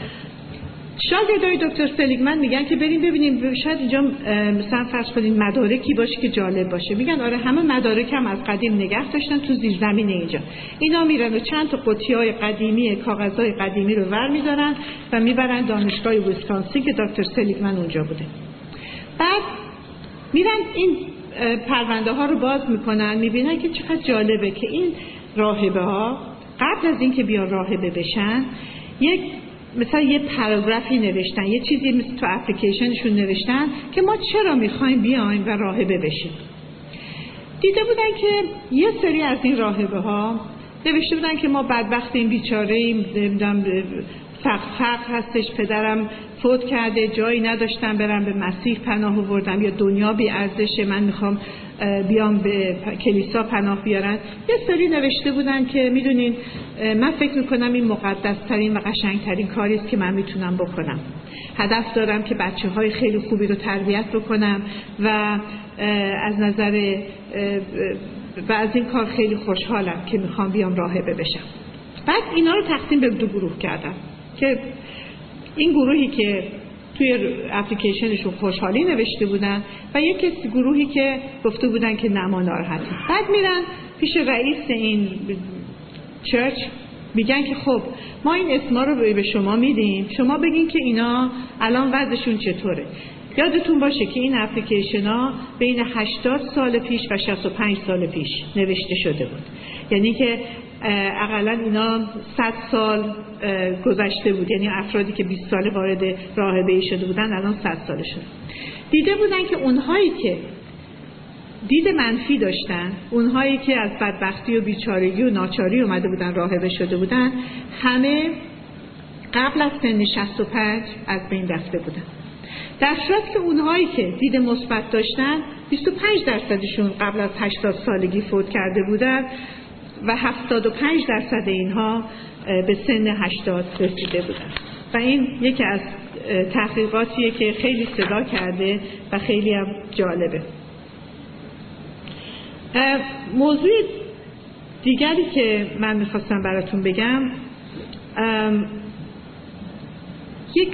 شاگردای دکتر سلیگمن میگن که بریم ببینیم شاید اینجا مثلا فرض کنین مدارکی باشه که جالب باشه. میگن آره همه مدارک هم از قدیم نگه داشتن تو زیرزمین اینجا. اینا میرن و چند تا قوطی‌های قدیمی کاغذهای قدیمی رو ور می‌دارن و میبرن دانشگاه ویسکانسین که دکتر سلیگمن اونجا بوده. بعد میرن این پرونده ها رو باز میکنن، میبینن که چقدر جالبه که این راهبه ها قبل از اینکه بیان راهبه بشن یک مثلا یه پاراگرافی نوشتن، یه چیزی مثل تو اپلیکیشنشون نوشتن که ما چرا میخوایم بیایم و راهبه بشیم. دیده بودن که یه سری از این راهبه ها نوشته بودن که ما بدبختیم، بیچاره‌ایم، نمیدونم فقر فقر هستش، پدرم فوت کرده، جایی نداشتم برم به مسیح پناه آوردم، یا دنیا بی ارزشه، من میخوام بیام به کلیسا پناه بیارن. یه سری نوشته بودن که میدونین من فکر میکنم این مقدس ترین و قشنگ ترین کاری است که من میتونم بکنم. هدف دارم که بچه های خیلی خوبی رو تربیت بکنم و از نظر و از این کار خیلی خوشحالم که میخوام بیام راهبه بشم. بعد اینا رو تقسیم به دو گروه کردم که این گروهی که توی اپلیکیشنشون خوشحالی نوشته بودن و یک گروهی که گفته بودن که نما ناراحتی. بعد میرن پیش رئیس این چرچ میگن که خب ما این اسما رو به شما میدیم، شما بگین که اینا الان وضعشون چطوره. یادتون باشه که این اپلیکیشن ها بین هشتاد سال پیش و شصت و پنج سال پیش نوشته شده بود، یعنی که اقلا اینا صد سال گذشته بود، یعنی افرادی که بیست سال وارد راهبه‌ای شده بودن الان صد ساله شده. دیده بودن که اونهایی که دید منفی داشتن، اونهایی که از بدبختی و بیچارگی و ناچاری اومده بودن راهبه شده بودن، همه قبل از سن شصت و پنج از بین رفته بودن، در صورتی که اونهایی که دید مثبت داشتن بیست و پنج درصدشون قبل از هشتاد سالگی فوت کرده بودن و هفتاد و پنج درصد اینها به سن هشتاد رسیده بودن. و این یکی از تحقیقاتیه که خیلی صدا کرده و خیلی هم جالبه. موضوع دیگری که من میخواستم براتون بگم، یک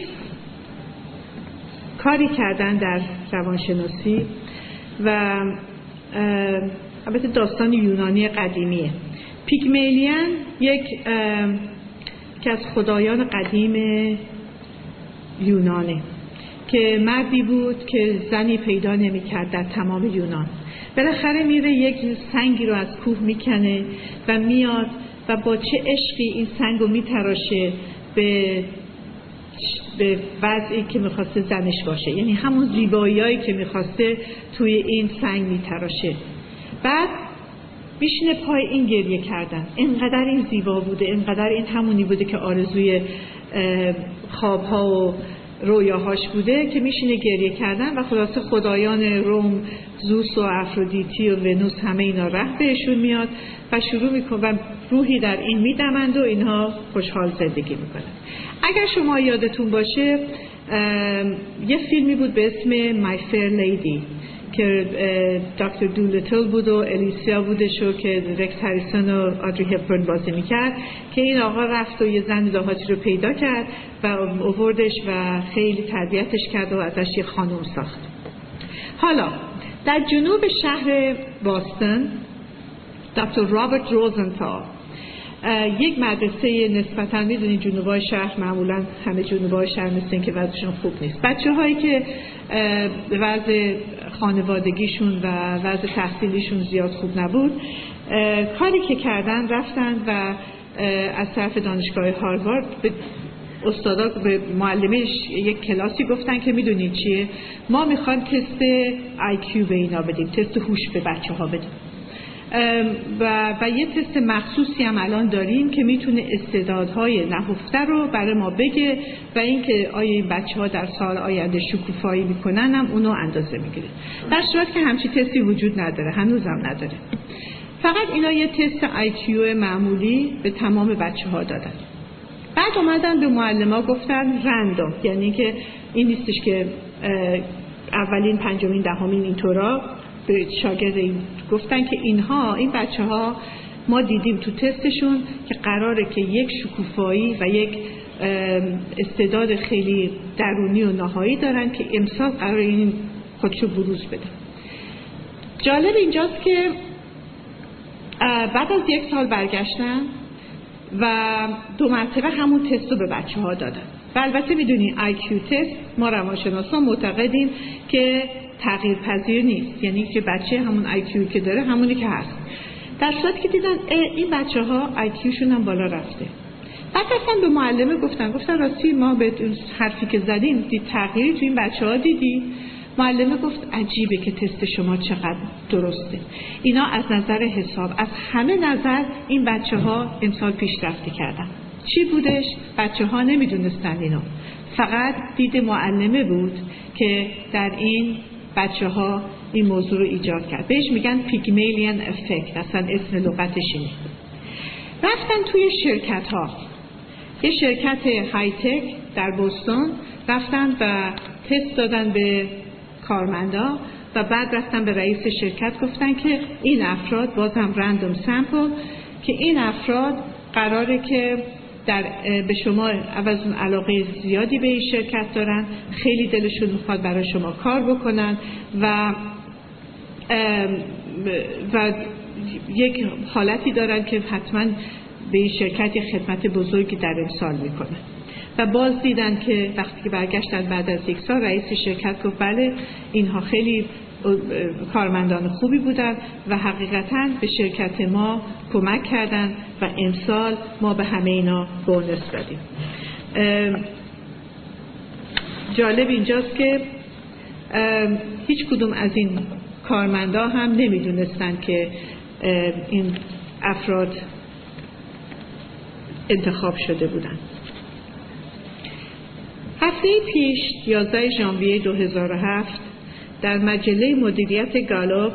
کاری کردن در روانشناسی و البته داستان یونانی قدیمیه. پیگملیون یک که از خدایان قدیم یونانه که مردی بود که زنی پیدا نمی‌کرد در تمام یونان. بالاخره میره یک سنگی رو از کوه میکنه و میاد و با چه عشقی این سنگ رو میتراشه به به وضعی که میخواسته زنش باشه، یعنی همون زیبایی‌هایی که میخواسته توی این سنگ میتراشه. بعد میشینه پای این گریه کردن، اینقدر این زیبا بوده، اینقدر این همونی بوده که آرزوی خوابها و رویاهاش بوده که میشینه گریه کردن و خلاصه خدایان روم، زوس و افرودیتی و ونوس، همه اینا ره بهشون میاد و شروع میکنن و روحی در این میدمند و اینها خوشحال زندگی میکنن. اگر شما یادتون باشه یه فیلمی بود به اسم My Fair Lady که دکتر دولیتل بود و الیسیا بودش و که رکس هریسون و آدری هپبرن بازی میکرد که این آقا رفت و یه زن دهاتی رو پیدا کرد و آوردش و خیلی تربیتش کرد و ازش یه خانم ساخت. حالا در جنوب شهر باستون دکتر رابرت روزنتال یک مدرسه نسبتاً، میدونید جنوبای شهر معمولاً همه جنوبای شهر مثل که وضعشون خوب نیست، بچه هایی که وضع خانوادگیشون و وضع تحصیلیشون زیاد خوب نبود، کاری که کردن رفتن و از طرف دانشگاه هاروارد به استادا، به معلمش یک کلاسی گفتن که میدونید چیه، ما میخوان تست آی کیو به اینا بدیم، تست هوش به بچه ها بدیم و, و یه تست مخصوصی هم الان داریم که میتونه استعدادهای نهفته رو برای ما بگه و اینکه آیا این بچه ها در سال آینده شکوفایی میکنن هم اونو اندازه میگیره. در صورت که همچی تستی وجود نداره، هنوزم نداره. فقط اینا یه تست آی کیو معمولی به تمام بچه ها دادن. بعد اومدن به معلم‌ها گفتن رندوم، یعنی که این نیستش که اولین، پنجمین، دهمین اینطورا، به شاگرد این گفتن که اینها، این بچه ها ما دیدیم تو تستشون که قراره که یک شکوفایی و یک استعداد خیلی درونی و نهایی دارن که امسال قراره این خودشو بروز بده. جالب اینجاست که بعد از یک سال برگشتن و دو مرتبه همون تست رو به بچه ها دادن و البته میدونی آی کیو تست ما روانشناسان معتقدیم که تغییر پذیر نیست، یعنی که بچه همون آی کیو که داره همونی که هست. در صورتی که دیدن این بچه ها آی کیوشون هم بالا رفته، بعد اصلا به معلمه گفتن گفتن راستی ما به حرفی که زدیم دید تغییری تو این بچه ها دیدی؟ معلمه گفت عجیبه که تست شما چقدر درسته. اینا از نظر حساب، از همه نظر این بچه ها امسال پیشرفتی کردن. چی بودش؟ بچه ها نمیدونستن اینو، فقط دید معلمه بود که در این بچه ها این موضوع رو ایجاد کرد. بهش میگن پیگمیلیان افکت، اصلا اسم لغتش اینه. رفتن توی شرکت ها، یه شرکت های تک در بوستون، رفتن و تست دادن به کارمندا و بعد رفتن به رئیس شرکت گفتن که این افراد، باز هم رندوم سمپل، که این افراد قراره که در به شما عوض اون علاقه زیادی به این شرکت دارن، خیلی دلشون میخواد برای شما کار بکنن و و یک حالتی دارن که حتما به این شرکت خدمت بزرگی در امسال میکنن. و باز دیدن که وقتی که برگشتن بعد از یک سال، رئیس شرکت گفت بله اینها خیلی کارمندان خوبی بودن و حقیقتاً به شرکت ما کمک کردن و امسال ما به همه اینا بونس دادیم. جالب اینجاست که هیچ کدوم از این کارمندا هم نمیدونستن که این افراد انتخاب شده بودن. هفته پیش یازده ژانویه دو هزار و هفت در مجله مدیریت گالوپ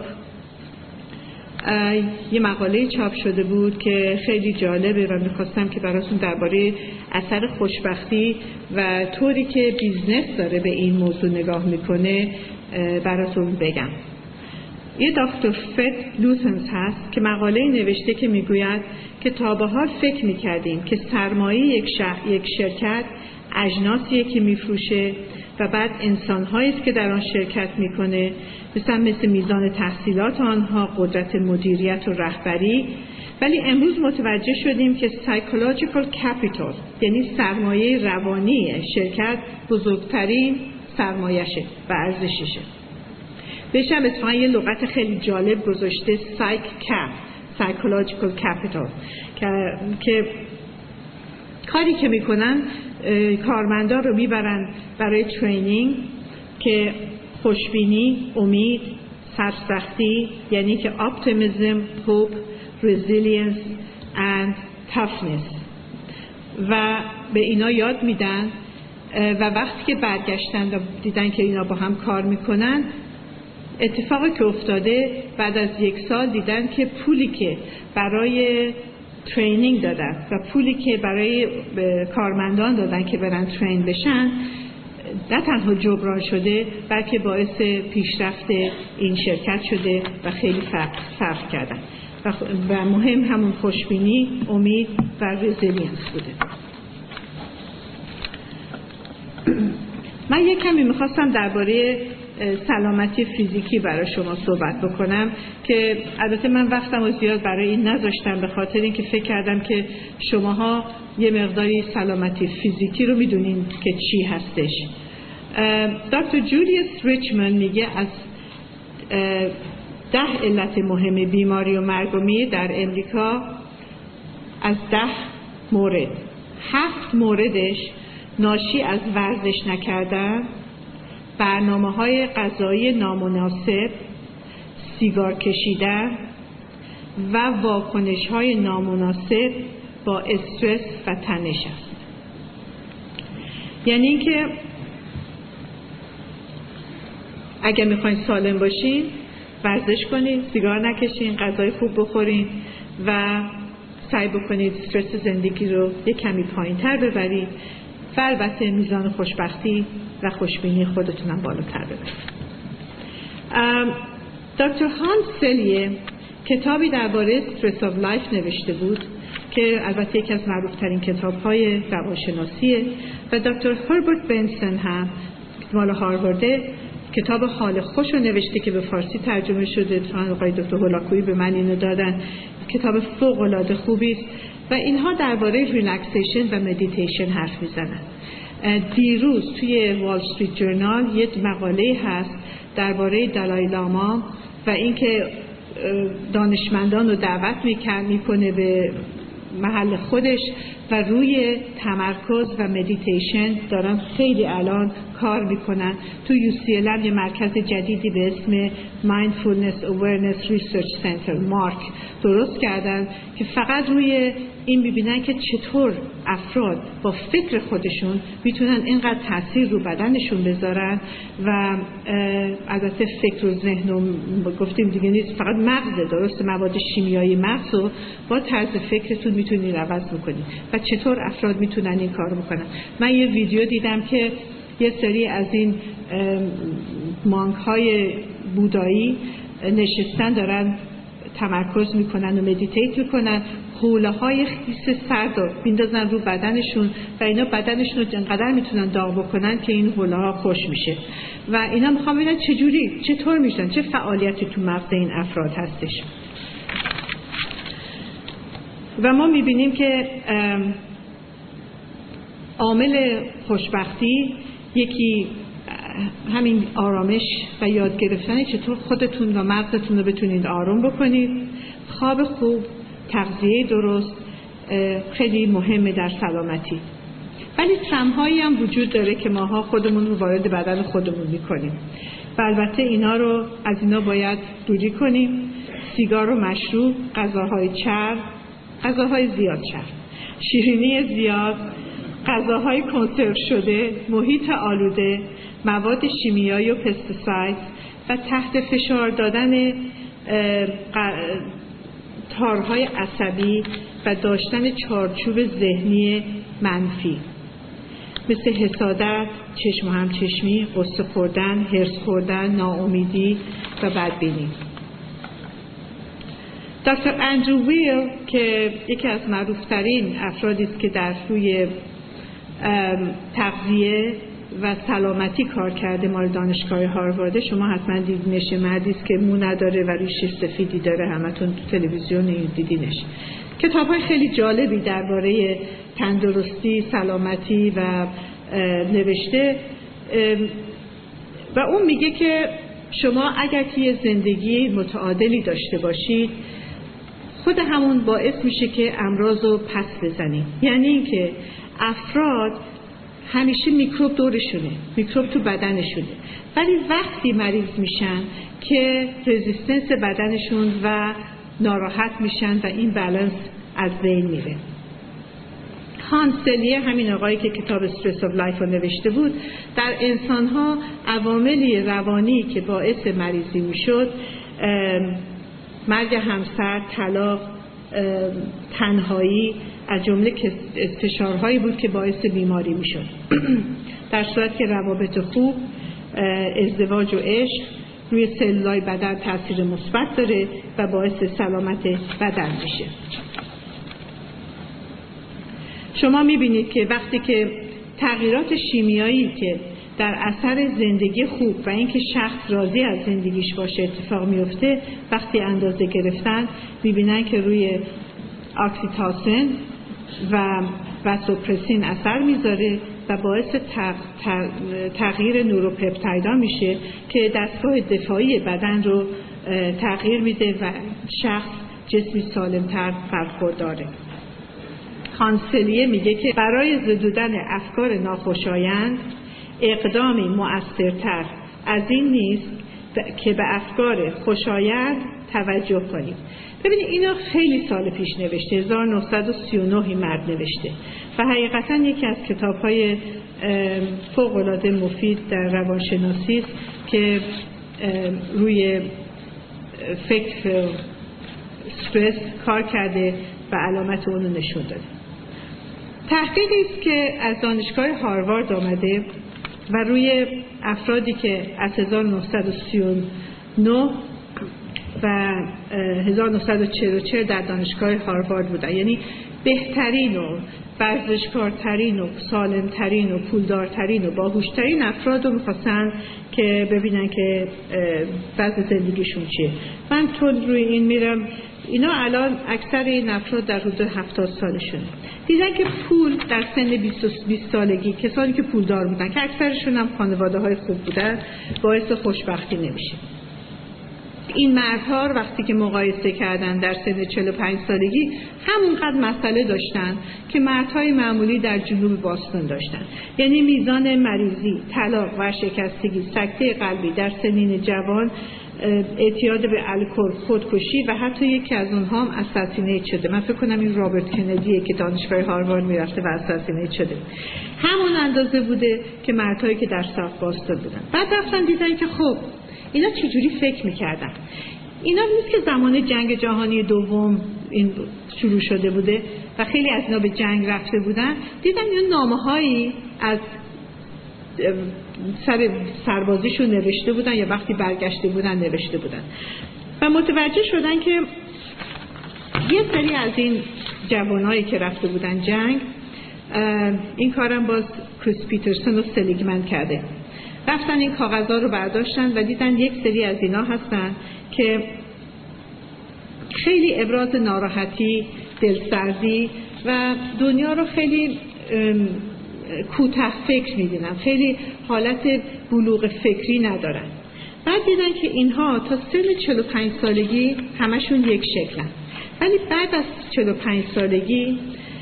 یه مقاله چاپ شده بود که خیلی جالبه و میخواستم که براتون درباره اثر خوشبختی و طوری که بیزنس داره به این موضوع نگاه میکنه براتون بگم. یه دکتر فت لوتنز هست که مقاله نوشته که میگوید که تا به حال فکر میکردیم که سرمایه یک, یک شرکت اجناسیه که میفروشه و بعد انسان‌هایی است که در آن شرکت میکنه، مثلا مثل میزان تحصیلات آنها، قدرت مدیریت و رهبری. ولی امروز متوجه شدیم که psychological capital، یعنی سرمایه روانی شرکت، بزرگترین سرمایشه و ارزششه. بهش هم اتفاقا یه لغت خیلی جالب گذاشته، psych cap، psychological capital، که کاری که میکنن کارمندان رو میبرن برای ترینینگ که خوشبینی، امید، سرسختی، یعنی که optimism, hope, resilience and toughness، و به اینا یاد میدن و وقتی که برگشتن و دیدن که اینا با هم کار میکنن، اتفاقی که افتاده بعد از یک سال دیدن که پولی که برای ترینینگ دادن و پولی که برای کارمندان دادن که برن ترین بشن نه تنها جبران شده بلکه باعث پیشرفت این شرکت شده و خیلی فرق, فرق کردن و مهم همون خوشبینی، امید و رزیلینس بوده. من یک کمی میخواستم درباره سلامتی فیزیکی برای شما صحبت بکنم که البته من وقتم رو زیاد برای این نذاشتم به خاطر اینکه فکر کردم که شماها یه مقداری سلامتی فیزیکی رو میدونین که چی هستش. دکتر جولیوس ریچموند میگه از ده علت مهم بیماری و مرگ و میر در امریکا، از ده مورد هفت موردش ناشی از ورزش نکردن، برنامه‌های غذایی نامناسب، سیگار کشیدن و واکنش‌های نامناسب با استرس و تنش است. یعنی اینکه اگه میخواین سالم باشین ورزش کنید، سیگار نکشین، غذای خوب بخورین و سعی بکنید استرس زندگی رو یک کمی پایین‌تر ببرید و البته میزان خوشبختی و خوشبینی خودتونم بالاتر ببرید. دکتر هانس سلیه کتابی درباره استرس آف لایف نوشته بود که البته یکی از معروف‌ترین کتاب‌های روانشناسیه و دکتر هربرت بنسون هم مال هاروارد کتاب حال خوش رو نوشته که به فارسی ترجمه شده. آقای دکتر هولاکویی به من اینو دادن. کتاب فوق‌العاده خوبی است و اینها درباره ریلکسیشن و مدیتیشن حرف میزنن. دیروز توی وال استریت جورنال یک مقاله هست درباره دالای لاما و اینکه دانشمندان رو دعوت میکنه به محل خودش و روی تمرکز و مدیتیشن دارن خیلی الان کار میکنن. تو یو سی ال هم یه مرکز جدیدی به اسم Mindfulness Awareness Research Center مارک درست کردن که فقط روی این ببینن که چطور افراد با فکر خودشون میتونن اینقدر تاثیر رو بدنشون بذارن و البته فکر و ذهن رو گفتیم دیگه نیست، فقط مغزه، درست مواد شیمیایی مغز رو با طرز فکرتون میتونید عوض بکنید و چطور افراد میتونن این کار بکنن. من یه ویدیو دیدم که یه سری از این مانک های بودایی نشستن دارن تمرکز میکنن و مدیتیت میکنن، حوله های خیس سرد رو بیندازن رو بدنشون و اینا بدنشون رو انقدر میتونن داغ بکنن که این حوله ها خوش میشه و اینا میخوام ببینن چجوری چطور میشن، چه فعالیتی تو مغز این افراد هستش. و ما میبینیم که عامل خوشبختی یکی همین آرامش و یاد گرفتن چطور خودتون و مغزتون رو بتونید آروم بکنید. خواب خوب، تغذیه درست خیلی مهمه در سلامتی. ولی ترم‌هایی هم وجود داره که ماها خودمون رو وارد بدن خودمون میکنیم و البته اینا رو از اینا باید دوری کنیم. سیگار و مشروب، غذاهای چرب، غذاهای زیاد چرب، شیرینی زیاد، غذاهای کنسرو شده، محیط آلوده، مواد شیمیایی و پستیساید و تحت فشار دادن تارهای عصبی و داشتن چارچوب ذهنی منفی مثل حسادت، چشم و همچشمی، غصه خوردن، هرس خوردن، ناامیدی و بدبینی. دکتر اندرو ویل که یکی از معروفترین افرادی است که در روی تغذیه و سلامتی کار کرده، مال دانشگاه هاروارد، شما حتما دیدینش، مردی است که مو نداره و ریش سفیدی داره، همتون تو تلویزیون دیدینش. کتاب‌های خیلی جالبی درباره تندرستی، سلامتی و نوشته و اون میگه که شما اگر که یه زندگی متعادلی داشته باشید، خود همون باعث میشه که امراض رو پس بزنیم. یعنی اینکه افراد همیشه میکروب دورشونه، میکروب تو بدنشونه، ولی وقتی مریض میشن که رزिस्टنس بدنشون و ناراحت میشن و این بالانس از بین میره. هانس سلیه، همین آقایی که کتاب استرس اف لایف رو نوشته بود، در انسانها عواملی روانی که باعث مریضی میشد، مرگ همسر، طلاق، تنهایی، از جمله فشارهایی بود که باعث بیماری میشد. در صورت که روابط خوب، ازدواج و عشق روی سلولای بدن تاثیر مثبت داره و باعث سلامت بدن میشه. شما میبینید که وقتی که تغییرات شیمیایی که در اثر زندگی خوب و اینکه شخص راضی از زندگیش باشه اتفاق میفته، وقتی اندازه گرفتن میبینن که روی اکسیتوسین و واسوپرسین اثر میذاره و باعث تغییر نوروپپتایدها میشه که دستگاه دفاعی بدن رو تغییر میده و شخص جسمی سالمتر برخورداره. هانسلیه میگه که برای زدودن افکار ناخوشایند اقدامی مؤثرتر از این نیست که به افکار خوشایند توجه کنیم. ببینید اینا خیلی سال پیش نوشته، هزار و نهصد و سی و نه این مرد نوشته و حقیقتا یکی از کتاب‌های فوق‌العاده مفید در روانشناسی است که روی فکر استرس کار کرده و علامت اون رو نشون داده. تحقیقی است که از دانشگاه هاروارد آمده و روی افرادی که از هزار و نهصد و سی و نه و هزار و نهصد و چهل و چهار در دانشگاه هاروارد بودن، یعنی بهترین و ورزشکارترین و سالمترین و پولدارترین و باهوشترین افراد رو می‌خواستن که ببینن که وضع زندگیشون چیه. من تون روی این میرم، اینا الان اکثر این افراد در حدود هفتاد سالشونه. دیدن که پول در سن بیست سالگی، کسانی که پولدار بودن که اکثرشون هم خانواده‌های خوب بودن، باعث خوشبختی نمیشه. این مردها وقتی که مقایسه کردن در سن چهل و پنج سالگی همونقدر مسئله داشتن که مردهای معمولی در جنوب باستون داشتن. یعنی میزان مریضی، طلاق، ورشکستگی، سکته قلبی در سنین جوان، اعتیاد به الکل، خودکشی و حتی یکی از اونها هم اساسینیت شده. من فکر کنم این رابرت کندیه که دانشگاه هاروارد میرفته و اساسینیت شده. همون اندازه بوده که مردهایی که در ساوت باستون بودن. بعد رفتن دیدن که خب اینا چجوری فکر میکردن. اینا نیست که زمان جنگ جهانی دوم این شروع شده بوده و خیلی از اینا به جنگ رفته بودن، دیدن اینا نامه‌هایی از سر سربازیشون نوشته بودن یا وقتی برگشته بودن نوشته بودن و متوجه شدن که یه سری از این جوانایی که رفته بودن جنگ، این کارم باز کریس پیترسون و سلیگمن کرده، رفتن این کاغذها رو برداشتن و دیدن یک سری از اینا هستن که خیلی ابراز ناراحتی، دلسردی و دنیا رو خیلی کوتاه فکر می‌دینن، خیلی حالت بلوغ فکری ندارن. بعد دیدن که اینها تا سن چهل و پنج سالگی همشون یک شکلن، ولی بعد از چهل و پنج سالگی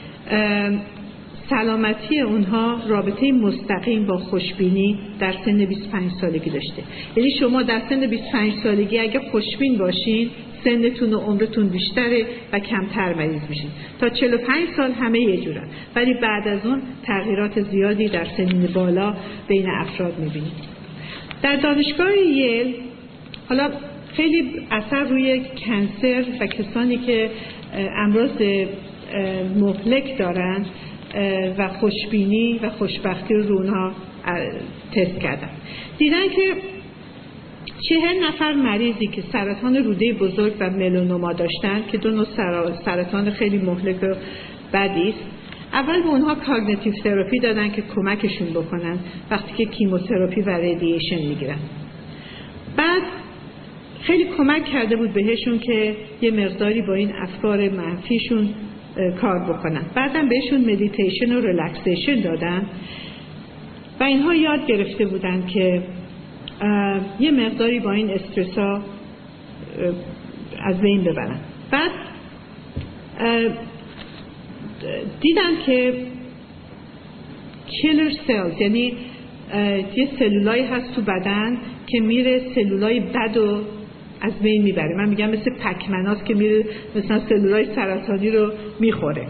سلامتی اونها رابطه مستقیم با خوشبینی در سن بیست و پنج سالگی داشته. یعنی شما در سن بیست و پنج سالگی اگه خوشبین باشین، سنتون و عمرتون بیشتره و کمتر مریض میشین. تا چهل و پنج سال همه یه جورن، ولی بعد از اون تغییرات زیادی در سنین بالا بین افراد میبینید. در دانشگاه ییل حالا خیلی اثر روی کنسر و کسانی که امراض مهلک دارن و خوشبینی و خوشبختی رو اونها تست کردن. دیدن که چهل نفر مریضی که سرطان روده بزرگ و ملانوما داشتن که دو نوع سرطان خیلی مهلک و بدی است، اول به اونها کاگنیتیو تراپی دادن که کمکشون بکنن وقتی که کیموتراپی و رادییشن میگیرن. بعد خیلی کمک کرده بود بهشون که یه مقداری با این افکار منفیشون کار بکنن. بعدم بهشون مدیتیشن و ریلکسیشن دادن و اینها یاد گرفته بودن که یه مقداری با این استرس ها از بین ببرن. بعد دیدن که کیلر سلز، یعنی یه سلولایی هست تو بدن که میره سلولای بد و از بین میبره. من میگم مثل پکمناست که میره مثلا سلولای سرطانی رو میخوره.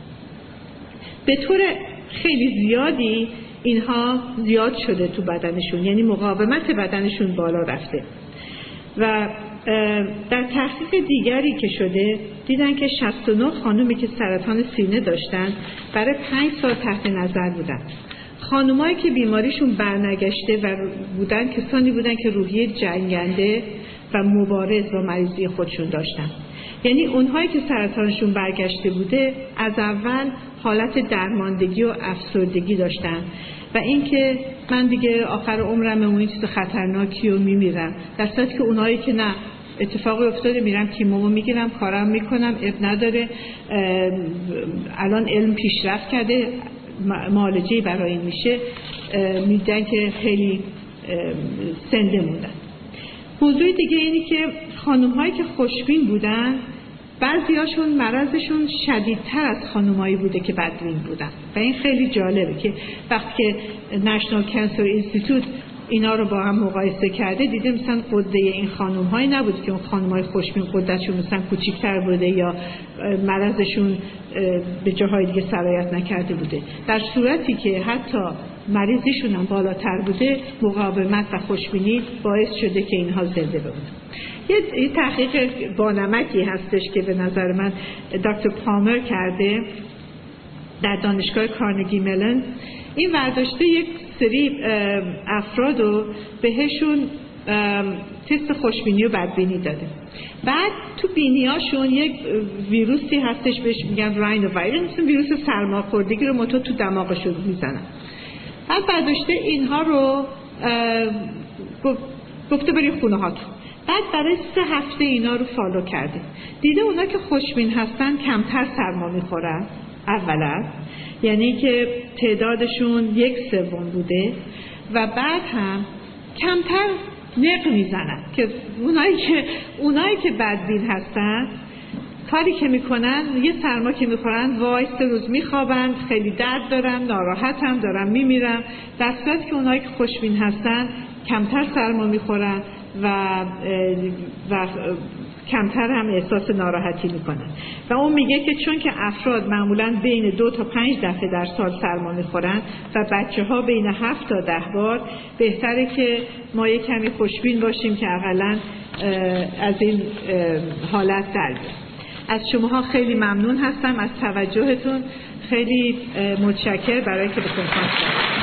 به طور خیلی زیادی اینها زیاد شده تو بدنشون، یعنی مقاومت بدنشون بالا رفته. و در تحقیق دیگری که شده دیدن که شصت و نه خانومی که سرطان سینه داشتن برای پنج سال تحت نظر بودن. خانومایی که بیماریشون برنگشته و بودن کسانی بودن که روحیه جنگنده و مبارز با مریضی خودشون داشتن. یعنی اونهایی که سرطانشون برگشته بوده از اول حالت درماندگی و افسردگی داشتن و اینکه من دیگه آخر عمرم اون چیز خطرناکی و میمیرم، در صورتی که اونهایی که نه، اتفاقی افتاده میرم کیمومو میگیرم، کارم میکنم، اب نداره، الان علم پیشرفت کرده، معالجه‌ای برای این میشه، میدن که خیلی زنده موندن. موضوع دیگه اینی که خانم‌هایی که خوشبین بودن بعضیاشون مرضشون شدیدتر از خانم‌هایی بوده که بدبین بودن و این خیلی جالبه که وقتی که نشنال کانسر اینستیتوت اینا رو با هم مقایسه کرده دیده مثلا قده این خانم‌هایی نبود که اون خانم‌های خوشبین قدشون مثلا کوچیک‌تر بوده یا مرضشون به جاهای دیگه سرایت نکرده بوده، در صورتی که حتی مریضیشون هم بالاتر بوده مقاومت و خوشبینی باعث شده که اینها زنده بمونن. یه تحقیق بانمکی هستش که به نظر من دکتر پامر کرده در دانشگاه کارنگی ملن. این ورداشته یک سری افراد رو بهشون تست خوشبینی و بدبینی داده. بعد تو بینیاشون یک ویروسی هستش بهش میگن راینو ویروس، ویروس سرماخوردگی رو متو تو دماغشون میزنن. بعد برداشته اینها رو گفته برید خونه هاتون. بعد برای سه هفته اینا رو فالو کرده. دیده اونا که خوشبین هستن کمتر سرما میخورن اولا، یعنی که تعدادشون یک سوم بوده و بعد هم کمتر نق میزنن، که اونایی که اونایی که بدبین هستن کاری که میکنن یه سرما که میخورن وای سه روز میخوابن، خیلی درد دارم، ناراحتم، دارم میمیرم، در صورتی که اونایی که خوشبین هستن کمتر سرما میخورن و و کمتر هم احساس ناراحتی میکنن. و اون میگه که چون که افراد معمولاً بین دو تا پنج دفعه در سال سرما میخورن و بچه ها بین هفت تا ده بار، بهتره که ما یک کمی خوشبین باشیم که اقلاً از این حالت در بیاییم. از شماها خیلی ممنون هستم از توجهتون، خیلی متشکر برای که به کنفرانس